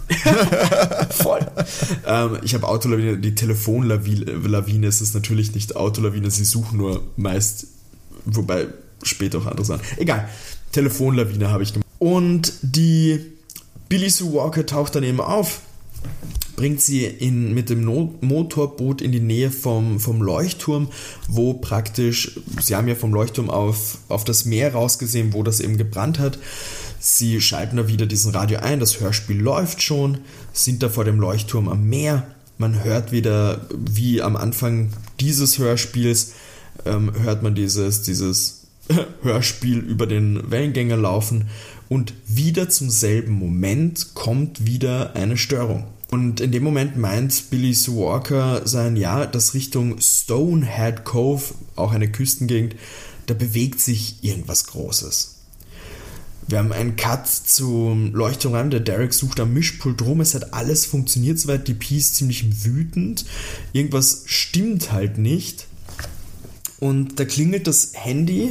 Voll. Ich habe Autolawine, die Telefonlawine ist es natürlich nicht Autolawine, sie suchen nur meist, wobei später auch andere Sachen. Egal, Telefonlawine habe ich gemacht. Und die Billy Sue Walker taucht dann eben auf, bringt sie mit dem Motorboot in die Nähe vom Leuchtturm, wo praktisch, sie haben ja vom Leuchtturm auf das Meer rausgesehen, wo das eben gebrannt hat. Sie schalten da wieder diesen Radio ein, das Hörspiel läuft schon, sind da vor dem Leuchtturm am Meer. Man hört wieder, wie am Anfang dieses Hörspiels, hört man dieses Hörspiel über den Wellengänger laufen, und wieder zum selben Moment kommt wieder eine Störung. Und in dem Moment meint Billy Sue Walker dass Richtung Stonehead Cove, auch eine Küstengegend, da bewegt sich irgendwas Großes. Wir haben einen Cut zum Leuchtturm ran, der Derek sucht am Mischpult rum, es hat alles funktioniert soweit, die P ist ziemlich wütend, irgendwas stimmt halt nicht, und da klingelt das Handy,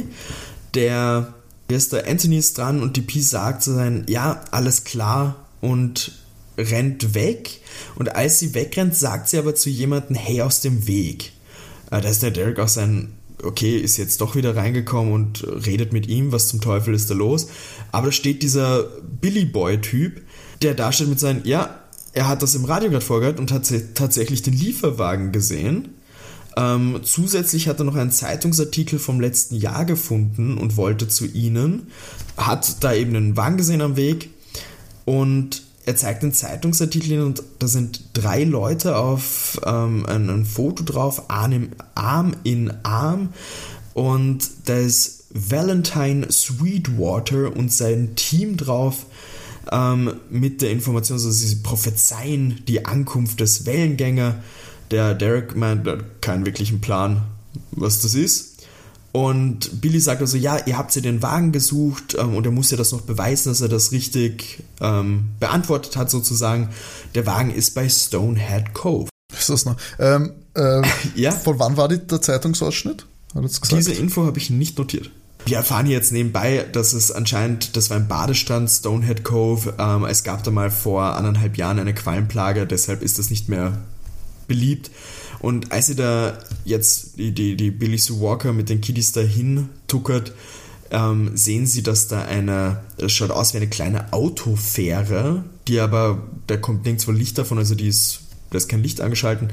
Anthony ist dran, und die P sagt zu sein, ja, alles klar, und rennt weg und als sie wegrennt, sagt sie aber zu jemandem, hey, aus dem Weg. Da ist der Derek auch ist jetzt doch wieder reingekommen und redet mit ihm, was zum Teufel ist da los. Aber da steht dieser Billy Boy-Typ, der da steht mit seinen, er hat das im Radio gerade vorgehört und hat tatsächlich den Lieferwagen gesehen. Zusätzlich hat er noch einen Zeitungsartikel vom letzten Jahr gefunden und wollte zu ihnen, hat da eben einen Wagen gesehen am Weg und er zeigt den Zeitungsartikel hin und da sind 3 Leute auf ein Foto drauf, Arm in Arm und da ist Valentine Sweetwater und sein Team drauf mit der Information, also sie prophezeien die Ankunft des Wellengänger. Der Derek meint, er hat keinen wirklichen Plan, was das ist. Und Billy sagt also, ihr habt ja den Wagen gesucht und er muss ja das noch beweisen, dass er das richtig beantwortet hat sozusagen. Der Wagen ist bei Stonehead Cove. Ist das noch? Ja. Von wann war der Zeitungsausschnitt? Hat er gesagt? Diese Info habe ich nicht notiert. Wir erfahren jetzt nebenbei, dass es anscheinend, das war ein Badestrand, Stonehead Cove. Es gab da mal vor 1,5 Jahren eine Quallenplage, deshalb ist das nicht mehr beliebt. Und als sie da jetzt die Billy Sue Walker mit den Kiddies dahin tuckert, sehen sie, dass da das schaut aus wie eine kleine Autofähre, die aber, da kommt nirgendwo Licht davon, also da ist kein Licht angeschalten.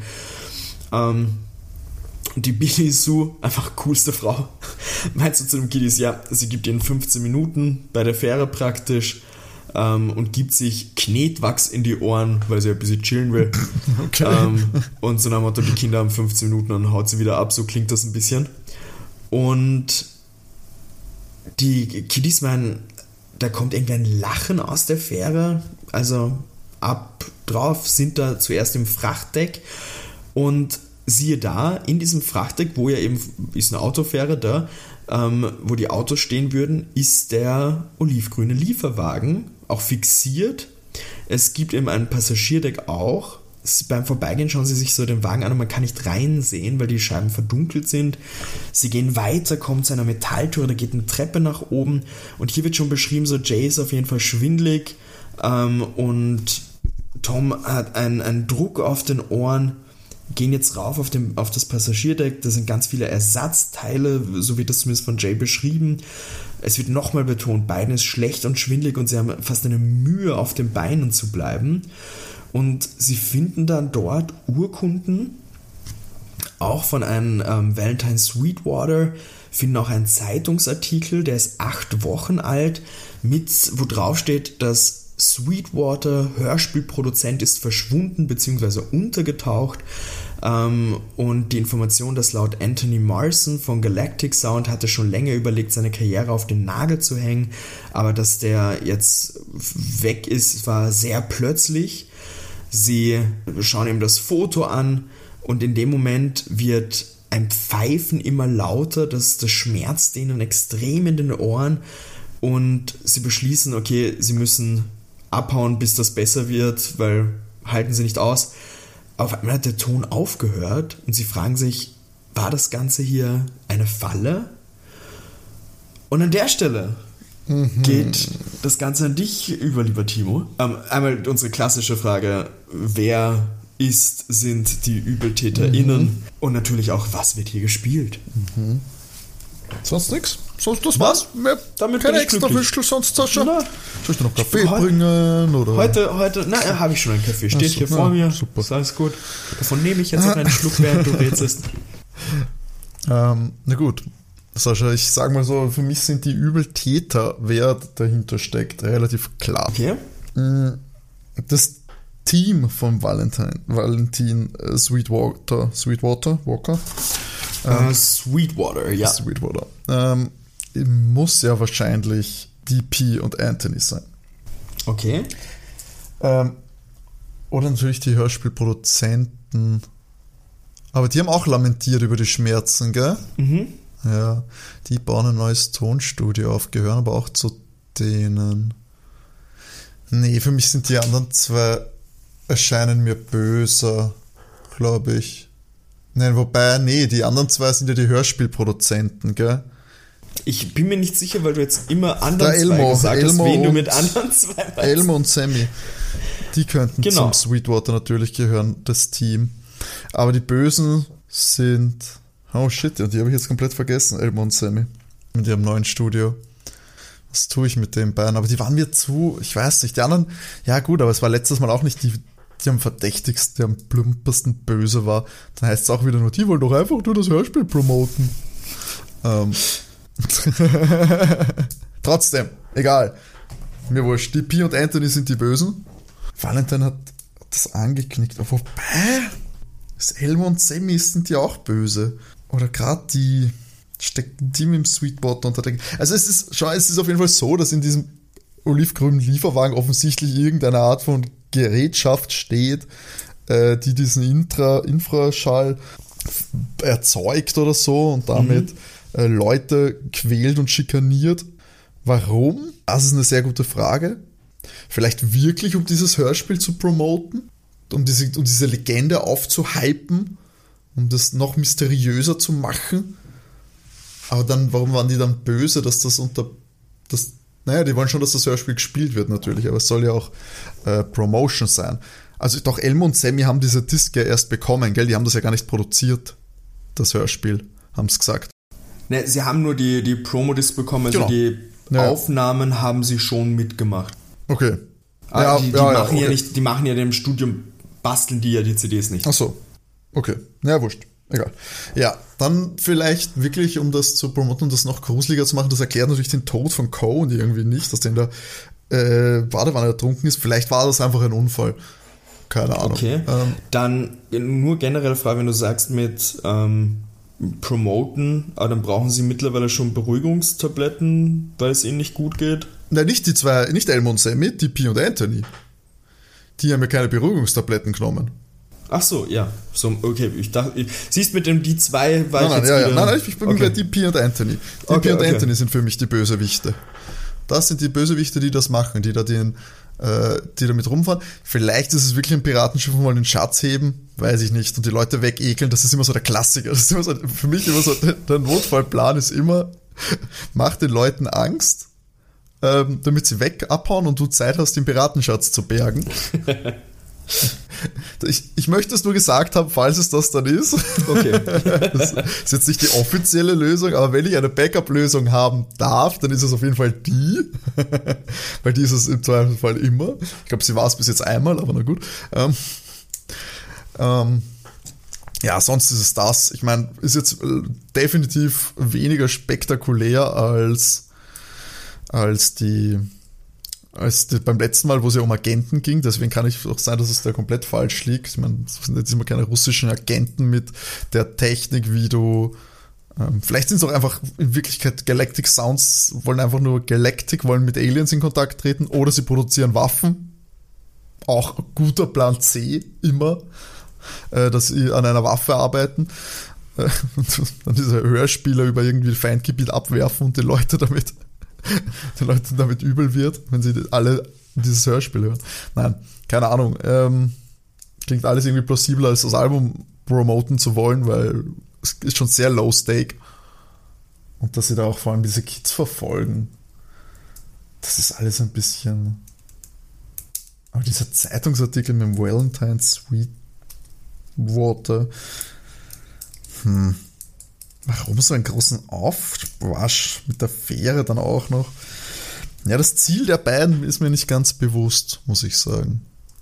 Die Billy Sue, einfach coolste Frau, meint so zu den Kiddies, sie gibt ihnen 15 Minuten bei der Fähre praktisch, und gibt sich Knetwachs in die Ohren, weil sie ein bisschen chillen will. Okay. Und so nach dem Motto, die Kinder haben 15 Minuten und haut sie wieder ab, so klingt das ein bisschen. Und die Kiddies meinen, da kommt irgendein Lachen aus der Fähre, also ab drauf sind da zuerst im Frachtdeck und siehe da, in diesem Frachtdeck, wo ja eben ist eine Autofähre da, wo die Autos stehen würden, ist der olivgrüne Lieferwagen auch fixiert. Es gibt eben ein Passagierdeck auch. Beim Vorbeigehen schauen sie sich so den Wagen an und man kann nicht reinsehen, weil die Scheiben verdunkelt sind. Sie gehen weiter, kommen zu einer Metalltür, da geht eine Treppe nach oben und hier wird schon beschrieben, so Jay ist auf jeden Fall schwindelig und Tom hat einen Druck auf den Ohren. Gehen jetzt rauf auf das Passagierdeck, da sind ganz viele Ersatzteile, so wird das zumindest von Jay beschrieben. Es wird nochmal betont, beiden ist schlecht und schwindelig und sie haben fast eine Mühe, auf den Beinen zu bleiben. Und sie finden dann dort Urkunden, auch von einem Valentine Sweetwater, finden auch einen Zeitungsartikel, der ist 8 Wochen alt, wo drauf steht, dass Sweetwater, Hörspielproduzent, ist verschwunden bzw. untergetaucht und die Information, dass laut Anthony Marson von Galactic Sound hatte schon länger überlegt, seine Karriere auf den Nagel zu hängen, aber dass der jetzt weg ist, war sehr plötzlich. Sie schauen ihm das Foto an und in dem Moment wird ein Pfeifen immer lauter, das schmerzt ihnen extrem in den Ohren und sie beschließen, okay, sie müssen abhauen, bis das besser wird, weil halten sie nicht aus. Auf einmal hat der Ton aufgehört und sie fragen sich, war das Ganze hier eine Falle? Und an der Stelle geht das Ganze an dich über, lieber Timo. Einmal unsere klassische Frage, wer sind die ÜbeltäterInnen? Und natürlich auch, was wird hier gespielt? Sonst nichts? Sonst das war's? Damit keine bin ich extra glücklich. Würstel, sonst Sascha? Na, soll ich dir noch Kaffee bringen? Oder? Heute, habe ich schon einen Kaffee. Steht hier vor mir. Super. Ist alles gut. Davon nehme ich jetzt noch einen Schluck, während du rätselst. Na gut. Sascha, ich sag mal so, für mich sind die Übeltäter, wer dahinter steckt, relativ klar. Okay. Das Team von Valentin Sweetwater, Walker? Sweetwater, ja. Sweetwater. Muss ja wahrscheinlich DP und Anthony sein. Okay. Oder natürlich die Hörspielproduzenten. Aber die haben auch lamentiert über die Schmerzen, gell? Mhm. Ja, die bauen ein neues Tonstudio auf, gehören aber auch zu denen. Nee, für mich sind die anderen zwei, erscheinen mir böser, glaube ich. Nein, wobei, die anderen zwei sind ja die Hörspielproduzenten, gell? Ich bin mir nicht sicher, weil du jetzt immer anderen zwei gesagt hast, wen du mit anderen zwei meinst. Elmo und Sammy. Die könnten zum Sweetwater natürlich gehören, das Team. Aber die Bösen sind... Oh shit, ja, die habe ich jetzt komplett vergessen, Elmo und Sammy. Mit ihrem neuen Studio. Was tue ich mit den beiden? Aber die waren mir zu... Ich weiß nicht, die anderen... Ja gut, aber es war letztes Mal auch nicht die am verdächtigsten, die am plumpersten böse war. Dann heißt es auch wieder nur, die wollen doch einfach nur das Hörspiel promoten. Trotzdem, egal. Mir wurscht. Die P und Anthony sind die Bösen. Valentine hat das angeknickt. Aber wobei, das Elmo und Sammy sind ja auch böse. Oder gerade die stecken die mit dem Sweetwater unter der... Also es ist auf jeden Fall so, dass in diesem olivgrünen Lieferwagen offensichtlich irgendeine Art von Gerätschaft steht, die diesen Infraschall erzeugt oder so und damit Leute quält und schikaniert. Warum? Das ist eine sehr gute Frage. Vielleicht wirklich, um dieses Hörspiel zu promoten, um diese Legende aufzuhypen, um das noch mysteriöser zu machen. Aber dann, warum waren die dann böse, dass das naja, die wollen schon, dass das Hörspiel gespielt wird natürlich, aber es soll ja auch Promotion sein. Also doch, Elmo und Sammy haben diese Disc ja erst bekommen, gell? Die haben das ja gar nicht produziert, das Hörspiel, haben es gesagt. Ne, sie haben nur die Promo-Disc bekommen, also die Aufnahmen haben sie schon mitgemacht. Okay. Die machen ja im Studium, basteln die ja die CDs nicht. Ach so, okay. Ja, wurscht. Egal. Ja, dann vielleicht wirklich, um das zu promoten und das noch gruseliger zu machen, das erklärt natürlich den Tod von Cohen irgendwie nicht, dass der in der Badewanne ertrunken ist. Vielleicht war das einfach ein Unfall. Keine Ahnung. Okay. Dann nur generelle Frage, wenn du sagst mit promoten, aber dann brauchen sie mittlerweile schon Beruhigungstabletten, weil es ihnen nicht gut geht? Nein, nicht Elmo und Sammy, die P und Anthony. Die haben ja keine Beruhigungstabletten genommen. Ach so, ja. So, okay, ich dachte, siehst mit dem die zwei war Nein, ich bin bei die P und Anthony. Die P und Anthony sind für mich die Bösewichte. Das sind die Bösewichte, die das machen, die damit rumfahren. Vielleicht ist es wirklich ein Piratenschiff, wo man den Schatz heben, weiß ich nicht, und die Leute wegekeln. Das ist immer so der Klassiker. Das ist immer so, für mich immer so, der Notfallplan ist immer, mach den Leuten Angst, damit sie abhauen und du Zeit hast, den Piratenschatz zu bergen. Ich möchte es nur gesagt haben, falls es das dann ist. Okay. Das ist jetzt nicht die offizielle Lösung, aber wenn ich eine Backup-Lösung haben darf, dann ist es auf jeden Fall die. Weil die ist es im Zweifelsfall immer. Ich glaube, sie war es bis jetzt einmal, aber na gut. Ja, sonst ist es das. Ich meine, ist jetzt definitiv weniger spektakulär als beim letzten Mal, wo es ja um Agenten ging, deswegen kann ich auch sein, dass es da komplett falsch liegt. Ich meine, es sind jetzt immer keine russischen Agenten mit der Technik, wie du vielleicht sind es auch einfach in Wirklichkeit Galactic Sounds, wollen mit Aliens in Kontakt treten, oder sie produzieren Waffen. Auch guter Plan C, immer, dass sie an einer Waffe arbeiten. Und dann diese Hörspieler über irgendwie Feindgebiet abwerfen und die Leute damit übel wird, wenn sie alle dieses Hörspiel hören. Nein, keine Ahnung. Klingt alles irgendwie plausibler, als das Album promoten zu wollen, weil es ist schon sehr low stake. Und dass sie da auch vor allem diese Kids verfolgen, das ist alles ein bisschen... Aber dieser Zeitungsartikel mit dem Valentine Sweetwater, warum so einen großen Aufwasch mit der Fähre dann auch noch? Ja, das Ziel der beiden ist mir nicht ganz bewusst, muss ich sagen.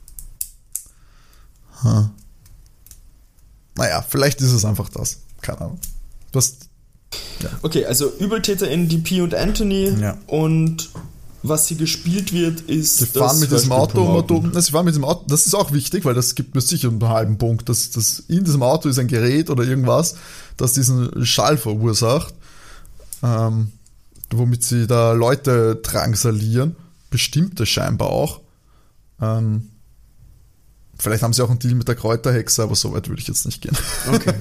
Naja, vielleicht ist es einfach das. Keine Ahnung. Ja. Okay, also ÜbeltäterInnen, die P und Anthony, und was hier gespielt wird, ist... Sie fahren mit diesem Auto. Sie fahren mit diesem Auto. Das ist auch wichtig, weil das gibt mir sicher einen halben Punkt. Das in diesem Auto ist ein Gerät oder irgendwas, das diesen Schall verursacht, womit sie da Leute drangsalieren. Bestimmte scheinbar auch. Vielleicht haben sie auch einen Deal mit der Kräuterhexe, aber so weit würde ich jetzt nicht gehen. Okay.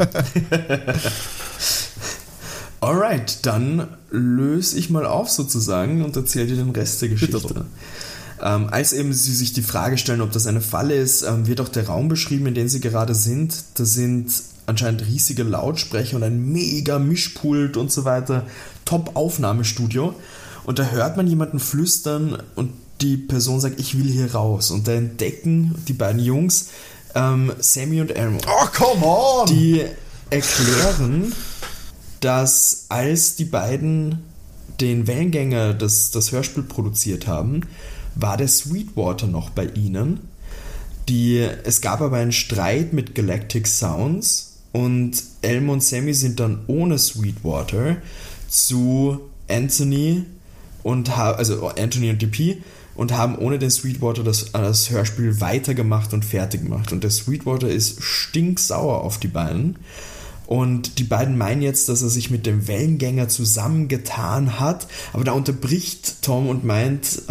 Alright, dann löse ich mal auf sozusagen und erzähle dir den Rest der Geschichte. Als eben sie sich die Frage stellen, ob das eine Falle ist, wird auch der Raum beschrieben, in dem sie gerade sind. Da sind anscheinend riesige Lautsprecher und ein mega Mischpult und so weiter. Top-Aufnahmestudio. Und da hört man jemanden flüstern und die Person sagt, ich will hier raus. Und da entdecken die beiden Jungs Sammy und Elmo. Oh, come on! Die erklären, dass als die beiden den Wellengänger, das Hörspiel produziert haben, war der Sweetwater noch bei ihnen. Es gab aber einen Streit mit Galactic Sounds und Elmo und Sammy sind dann ohne Sweetwater zu Anthony und DP und haben ohne den Sweetwater das Hörspiel weitergemacht und fertig gemacht. Und der Sweetwater ist stinksauer auf die beiden. Und die beiden meinen jetzt, dass er sich mit dem Wellengänger zusammengetan hat. Aber da unterbricht Tom und meint,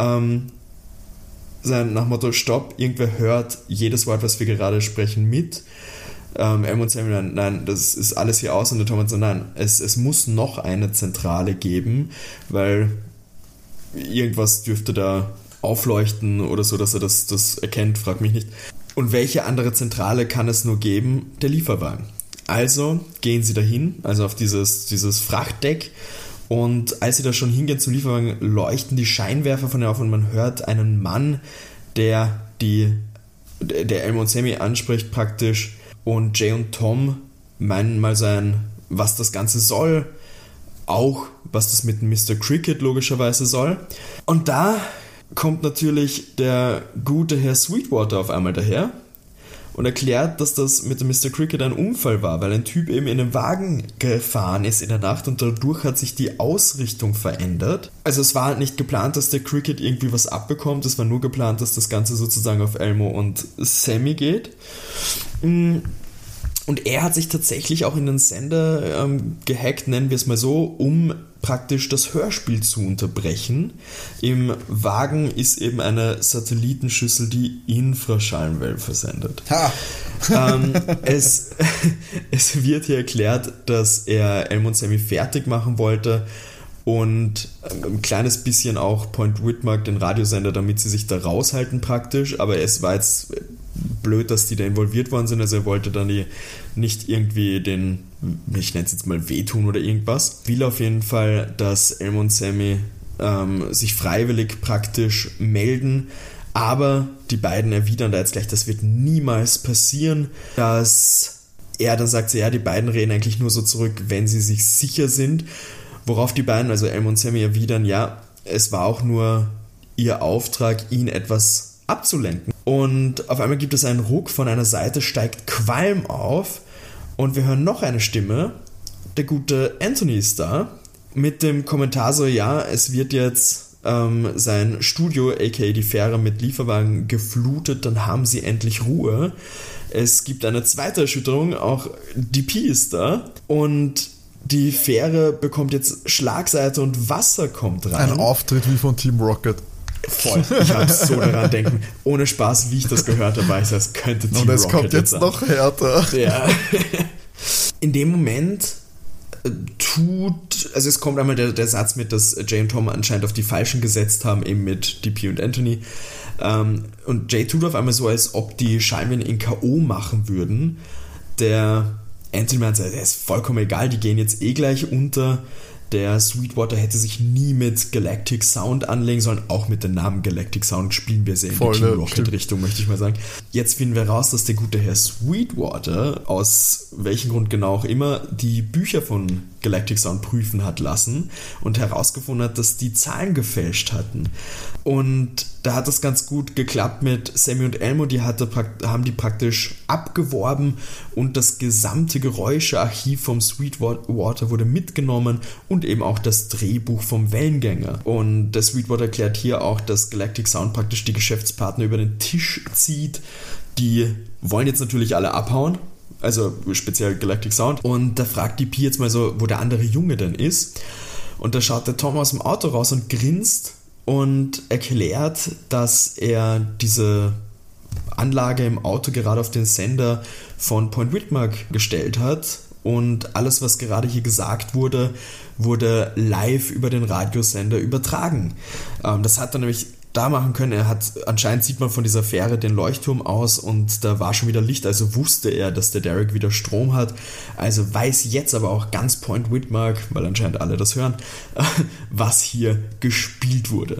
nach Motto, stopp, irgendwer hört jedes Wort, was wir gerade sprechen, mit. Elmo und Sammy, nein, das ist alles hier aus. Und der Tom und so, nein, es muss noch eine Zentrale geben, weil irgendwas dürfte da aufleuchten oder so, dass er das erkennt, frag mich nicht. Und welche andere Zentrale kann es nur geben? Der Lieferwagen. Also gehen sie dahin, also auf dieses Frachtdeck, und als sie da schon hingehen zum Lieferwagen, leuchten die Scheinwerfer von auf und man hört einen Mann, der Elmo und Sammy anspricht praktisch, und Jay und Tom meinen mal was das Ganze soll, auch was das mit Mr. Cricket logischerweise soll. Und da kommt natürlich der gute Herr Sweetwater auf einmal daher und erklärt, dass das mit dem Mr. Cricket ein Unfall war, weil ein Typ eben in den Wagen gefahren ist in der Nacht und dadurch hat sich die Ausrichtung verändert. Also es war nicht geplant, dass der Cricket irgendwie was abbekommt, es war nur geplant, dass das Ganze sozusagen auf Elmo und Sammy geht. Und er hat sich tatsächlich auch in den Sender gehackt, nennen wir es mal so, um praktisch das Hörspiel zu unterbrechen. Im Wagen ist eben eine Satellitenschüssel, die Infraschallwellen versendet. Es wird hier erklärt, dass er Elmo und Sammy fertig machen wollte und ein kleines bisschen auch Point Whitmark, den Radiosender, damit sie sich da raushalten praktisch, aber es war jetzt blöd, dass die da involviert worden sind, also er wollte dann nicht irgendwie ich nenne es jetzt mal wehtun oder irgendwas. Will auf jeden Fall, dass Elmo und Sammy sich freiwillig praktisch melden, aber die beiden erwidern da jetzt gleich, das wird niemals passieren, dass er dann sagt, ja, die beiden reden eigentlich nur so zurück, wenn sie sich sicher sind, worauf die beiden, also Elmo und Sammy, erwidern, ja, es war auch nur ihr Auftrag, ihn etwas abzulenken. Und auf einmal gibt es einen Ruck, von einer Seite steigt Qualm auf und wir hören noch eine Stimme. Der gute Anthony ist da mit dem Kommentar so, ja, es wird jetzt sein Studio, aka die Fähre mit Lieferwagen, geflutet, dann haben sie endlich Ruhe. Es gibt eine zweite Erschütterung, auch DP ist da und die Fähre bekommt jetzt Schlagseite und Wasser kommt rein. Ein Auftritt wie von Team Rocket. Voll, ich habe so daran denken. Ohne Spaß, wie ich das gehört habe, weiß ich, es könnte Team Rocket sein. Und es kommt jetzt noch härter. Ja. In dem Moment also es kommt einmal der Satz mit, dass Jay und Tom anscheinend auf die Falschen gesetzt haben, eben mit DP und Anthony. Und Jay tut auf einmal so, als ob die Schallwellen in K.O. machen würden. Der Anthony meint, es ist vollkommen egal, die gehen jetzt gleich unter. Der Sweetwater hätte sich nie mit Galactic Sound anlegen sollen. Auch mit dem Namen Galactic Sound spielen wir sehr in die Team Rocket-Richtung, möchte ich mal sagen. Jetzt finden wir raus, dass der gute Herr Sweetwater, aus welchem Grund genau auch immer, die Bücher von Galactic Sound prüfen hat lassen und herausgefunden hat, dass die Zahlen gefälscht hatten. Und da hat das ganz gut geklappt mit Sammy und Elmo, haben die praktisch abgeworben und das gesamte Geräuschearchiv vom Sweetwater wurde mitgenommen und eben auch das Drehbuch vom Wellengänger. Und der Sweetwater erklärt hier auch, dass Galactic Sound praktisch die Geschäftspartner über den Tisch zieht. Die wollen jetzt natürlich alle abhauen, also speziell Galactic Sound. Und da fragt die Pi jetzt mal so, wo der andere Junge denn ist. Und da schaut der Tom aus dem Auto raus und grinst und erklärt, dass er diese Anlage im Auto gerade auf den Sender von Point Whitmark gestellt hat und alles, was gerade hier gesagt wurde, wurde live über den Radiosender übertragen. Das hat er nämlich da machen können. Anscheinend sieht man von dieser Fähre den Leuchtturm aus und da war schon wieder Licht, also wusste er, dass der Derek wieder Strom hat, also weiß jetzt aber auch ganz Point Whitmark, weil anscheinend alle das hören, was hier gespielt wurde.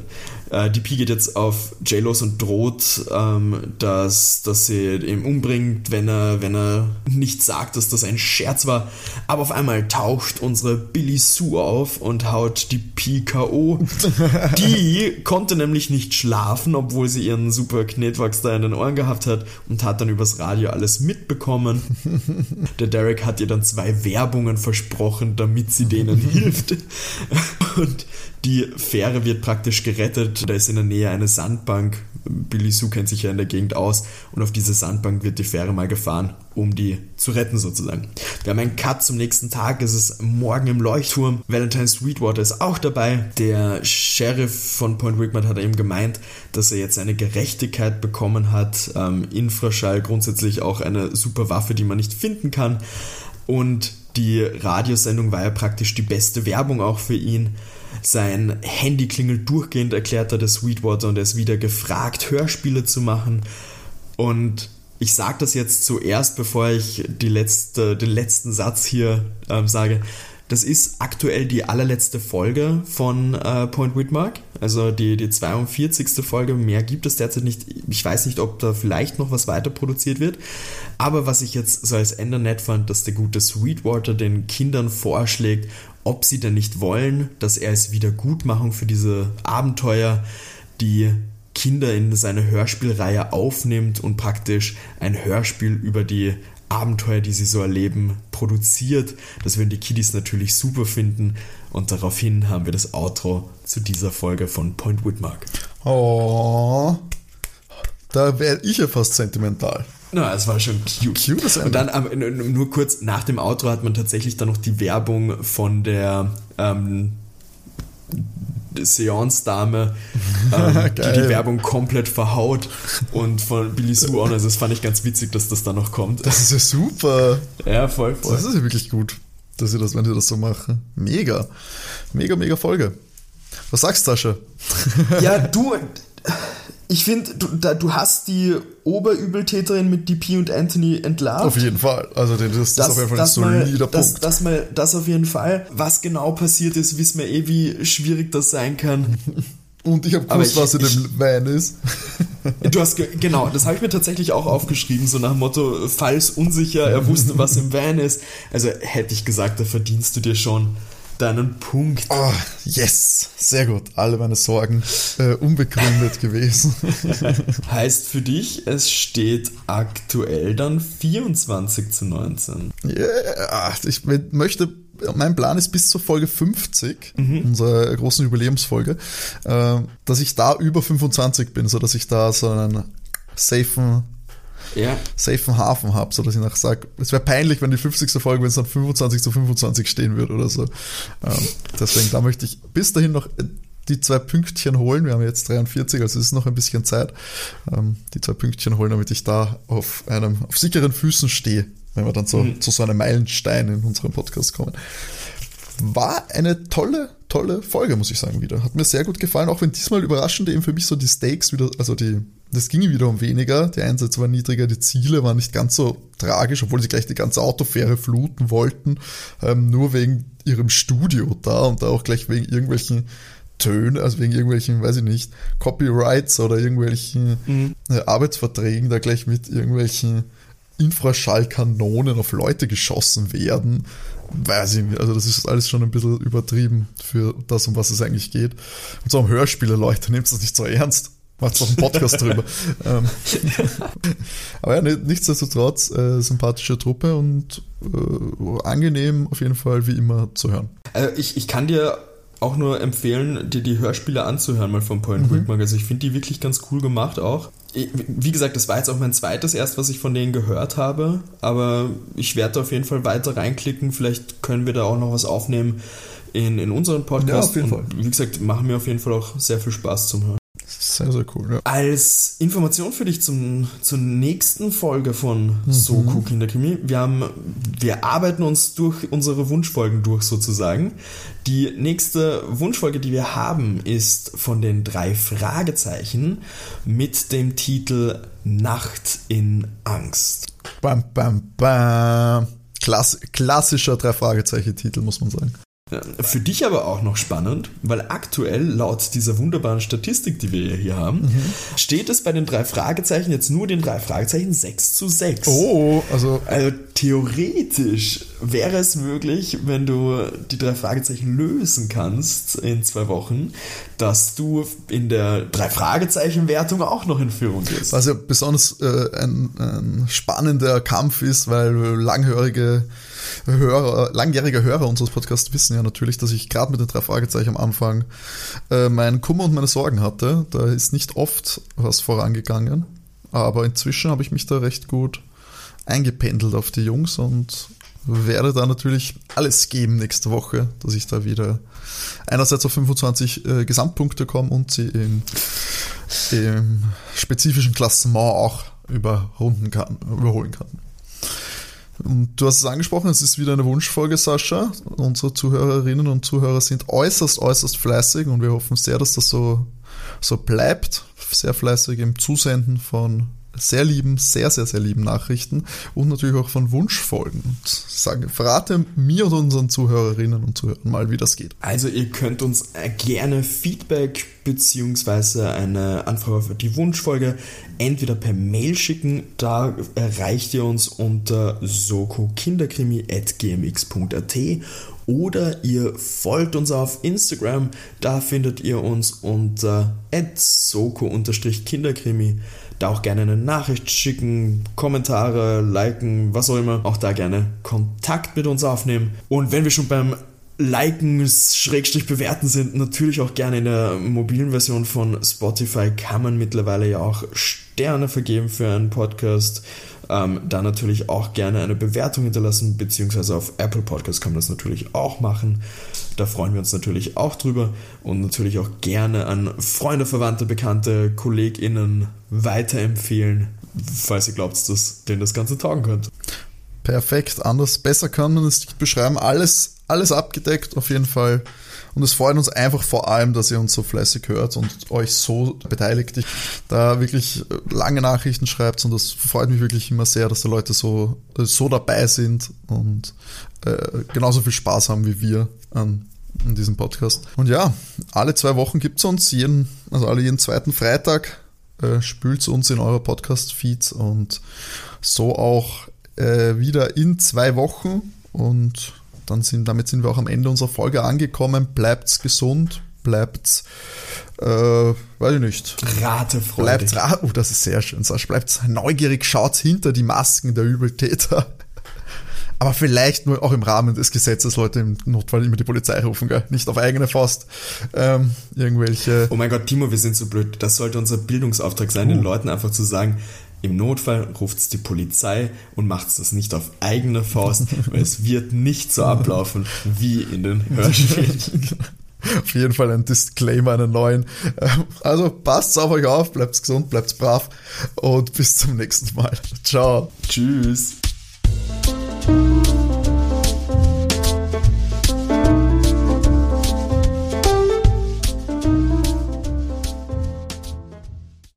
Die Pi geht jetzt auf Jay los und droht, dass sie ihn umbringt, wenn er nicht sagt, dass das ein Scherz war. Aber auf einmal taucht unsere Billy Sue auf und haut die Pi K.O. Die konnte nämlich nicht schlafen, obwohl sie ihren super Knetwachs da in den Ohren gehabt hat und hat dann übers Radio alles mitbekommen. Der Derek hat ihr dann 2 Werbungen versprochen, damit sie denen hilft. Und die Fähre wird praktisch gerettet. Da ist in der Nähe eine Sandbank. Billy Sue kennt sich ja in der Gegend aus. Und auf diese Sandbank wird die Fähre mal gefahren, um die zu retten sozusagen. Wir haben einen Cut zum nächsten Tag. Es ist morgen im Leuchtturm. Valentine Sweetwater ist auch dabei. Der Sheriff von Point Wigmore hat eben gemeint, dass er jetzt eine Gerechtigkeit bekommen hat. Infraschall grundsätzlich auch eine super Waffe, die man nicht finden kann. Und die Radiosendung war ja praktisch die beste Werbung auch für ihn. Sein Handy klingelt durchgehend, erklärt er der Sweetwater, und er ist wieder gefragt, Hörspiele zu machen. Und ich sage das jetzt zuerst, bevor ich den letzten Satz hier sage. Das ist aktuell die allerletzte Folge von Point Wigmore, also die 42. Folge. Mehr gibt es derzeit nicht. Ich weiß nicht, ob da vielleicht noch was weiter produziert wird. Aber was ich jetzt so als Ende nett fand, dass der gute Sweetwater den Kindern vorschlägt, ob sie denn nicht wollen, dass er als Wiedergutmachung für diese Abenteuer die Kinder in seine Hörspielreihe aufnimmt und praktisch ein Hörspiel über die Abenteuer, die sie so erleben, produziert. Das würden die Kiddies natürlich super finden, und daraufhin haben wir das Outro zu dieser Folge von Point Wigmore. Oh, da wäre ich ja fast sentimental. Na, es war schon cute. Und dann nur kurz nach dem Outro hat man tatsächlich dann noch die Werbung von der Seance-Dame, die Werbung komplett verhaut, und von Billy Sue auch. Also das fand ich ganz witzig, dass das da noch kommt. Das ist ja super. Ja, voll. Das ist ja wirklich gut, dass wenn sie das so machen. Mega Folge. Was sagst du, Sascha? Ja, ich finde, du hast die Oberübeltäterin mit DP und Anthony entlarvt. Auf jeden Fall. Also das ist auf jeden Fall ein solider Punkt. Das auf jeden Fall. Was genau passiert ist, wissen wir wie schwierig das sein kann. Und ich habe gewusst, was in dem Van ist. Du hast, genau, das habe ich mir tatsächlich auch aufgeschrieben, so nach dem Motto, falls unsicher, er wusste, was im Van ist. Also hätte ich gesagt, da verdienst du dir schon deinen Punkt. Oh, yes, sehr gut. Alle meine Sorgen unbegründet gewesen. Heißt für dich, es steht aktuell dann 24:19. Yeah, mein Plan ist bis zur Folge 50, unserer großen Jubiläumsfolge, dass ich da über 25 bin, sodass ich da so einen safen Hafen habe, sodass ich nachher sage, es wäre peinlich, wenn die 50. Folge, wenn es dann 25:25 stehen würde oder so. Deswegen, da möchte ich bis dahin noch die 2 Pünktchen holen. Wir haben jetzt 43, also es ist noch ein bisschen Zeit. Die 2 Pünktchen holen, damit ich da auf sicheren Füßen stehe, wenn wir dann zu so einem Meilenstein in unserem Podcast kommen. War eine tolle Folge, muss ich sagen, wieder. Hat mir sehr gut gefallen, auch wenn diesmal überraschend eben für mich so die Stakes wieder, also das ging wieder um weniger. Die Einsätze waren niedriger, die Ziele waren nicht ganz so tragisch, obwohl sie gleich die ganze Autofähre fluten wollten, nur wegen ihrem Studio da und da auch gleich wegen irgendwelchen Tönen, also wegen irgendwelchen, weiß ich nicht, Copyrights oder irgendwelchen Arbeitsverträgen, da gleich mit irgendwelchen Infraschallkanonen auf Leute geschossen werden. Weiß ich nicht, also das ist alles schon ein bisschen übertrieben für das, um was es eigentlich geht. Und so am Hörspiele, Leute, nehmt das nicht so ernst. Macht doch einen Podcast drüber. Aber ja, nichtsdestotrotz, sympathische Truppe und angenehm auf jeden Fall wie immer zu hören. Ich kann dir auch nur empfehlen, dir die Hörspiele anzuhören, mal von Point Wigmore. Also ich finde die wirklich ganz cool gemacht auch. Wie gesagt, das war jetzt auch mein zweites erst, was ich von denen gehört habe, aber ich werde da auf jeden Fall weiter reinklicken. Vielleicht können wir da auch noch was aufnehmen in unseren Podcast. Ja, auf jeden Fall. Wie gesagt, machen mir auf jeden Fall auch sehr viel Spaß zum Hören. Sehr, sehr cool, ja. Als Information für dich zur nächsten Folge von Soko Kinderkrimi. Wir arbeiten uns durch unsere Wunschfolgen durch sozusagen. Die nächste Wunschfolge, die wir haben, ist von den 3 Fragezeichen mit dem Titel Nacht in Angst. Bam, bam, bam. Klassischer 3 Fragezeichen-Titel, muss man sagen. Für dich aber auch noch spannend, weil aktuell laut dieser wunderbaren Statistik, die wir hier haben, steht es bei den 3 Fragezeichen jetzt nur den 3 Fragezeichen 6:6. Oh, also theoretisch wäre es möglich, wenn du die 3 Fragezeichen lösen kannst in 2 Wochen, dass du in der 3 Fragezeichen-Wertung auch noch in Führung gehst. Was ja besonders ein spannender Kampf ist, weil langjährige Hörer unseres Podcasts wissen ja natürlich, dass ich gerade mit den 3 Fragezeichen am Anfang meinen Kummer und meine Sorgen hatte. Da ist nicht oft was vorangegangen, aber inzwischen habe ich mich da recht gut eingependelt auf die Jungs und werde da natürlich alles geben nächste Woche, dass ich da wieder einerseits auf 25 Gesamtpunkte komme und sie im spezifischen Klassement auch überholen kann. Und du hast es angesprochen, es ist wieder eine Wunschfolge, Sascha. Unsere Zuhörerinnen und Zuhörer sind äußerst fleißig und wir hoffen sehr, dass das so bleibt. Sehr fleißig im Zusenden von sehr lieben Nachrichten und natürlich auch von Wunschfolgen. Und verrate mir und unseren Zuhörerinnen und Zuhörern mal, wie das geht. Also ihr könnt uns gerne Feedback bzw. eine Anfrage auf die Wunschfolge entweder per Mail schicken, da erreicht ihr uns unter sokokinderkrimi@gmx.at oder ihr folgt uns auf Instagram, da findet ihr uns unter @soko_kinderkrimi. Da auch gerne eine Nachricht schicken, Kommentare, liken, was auch immer. Auch da gerne Kontakt mit uns aufnehmen. Und wenn wir schon beim Liken, /bewerten sind, natürlich auch gerne in der mobilen Version von Spotify kann man mittlerweile ja auch Sterne vergeben für einen Podcast. Da natürlich auch gerne eine Bewertung hinterlassen, beziehungsweise auf Apple Podcast kann man das natürlich auch machen. Da freuen wir uns natürlich auch drüber und natürlich auch gerne an Freunde, Verwandte, Bekannte, KollegInnen weiterempfehlen, falls ihr glaubt, dass denen das Ganze taugen könnte. Perfekt, besser kann man es nicht beschreiben. Alles abgedeckt auf jeden Fall. Und es freut uns einfach vor allem, dass ihr uns so fleißig hört und euch so beteiligt. Da wirklich lange Nachrichten schreibt und das freut mich wirklich immer sehr, dass da Leute so dabei sind und genauso viel Spaß haben wie wir an diesem Podcast. Und ja, alle 2 Wochen gibt's uns, jeden 2. Freitag spült uns in eure Podcast-Feeds und so auch wieder in 2 Wochen und damit sind wir auch am Ende unserer Folge angekommen. Bleibt's gesund, bleibt's, weiß ich nicht. Ratefreudig. Das ist sehr schön, Sascha. Bleibt's neugierig, schaut hinter die Masken der Übeltäter. Aber vielleicht nur auch im Rahmen des Gesetzes, Leute, im Notfall immer die Polizei rufen, gell? Nicht auf eigene Faust. Irgendwelche... Oh mein Gott, Timo, wir sind so blöd. Das sollte unser Bildungsauftrag sein, den Leuten einfach zu sagen, im Notfall ruft's die Polizei und macht's das nicht auf eigene Faust, weil es wird nicht so ablaufen wie in den Hörspielen. Auf jeden Fall ein Disclaimer, einen neuen. Also passt auf euch auf, bleibt gesund, bleibt brav und bis zum nächsten Mal. Ciao. Tschüss.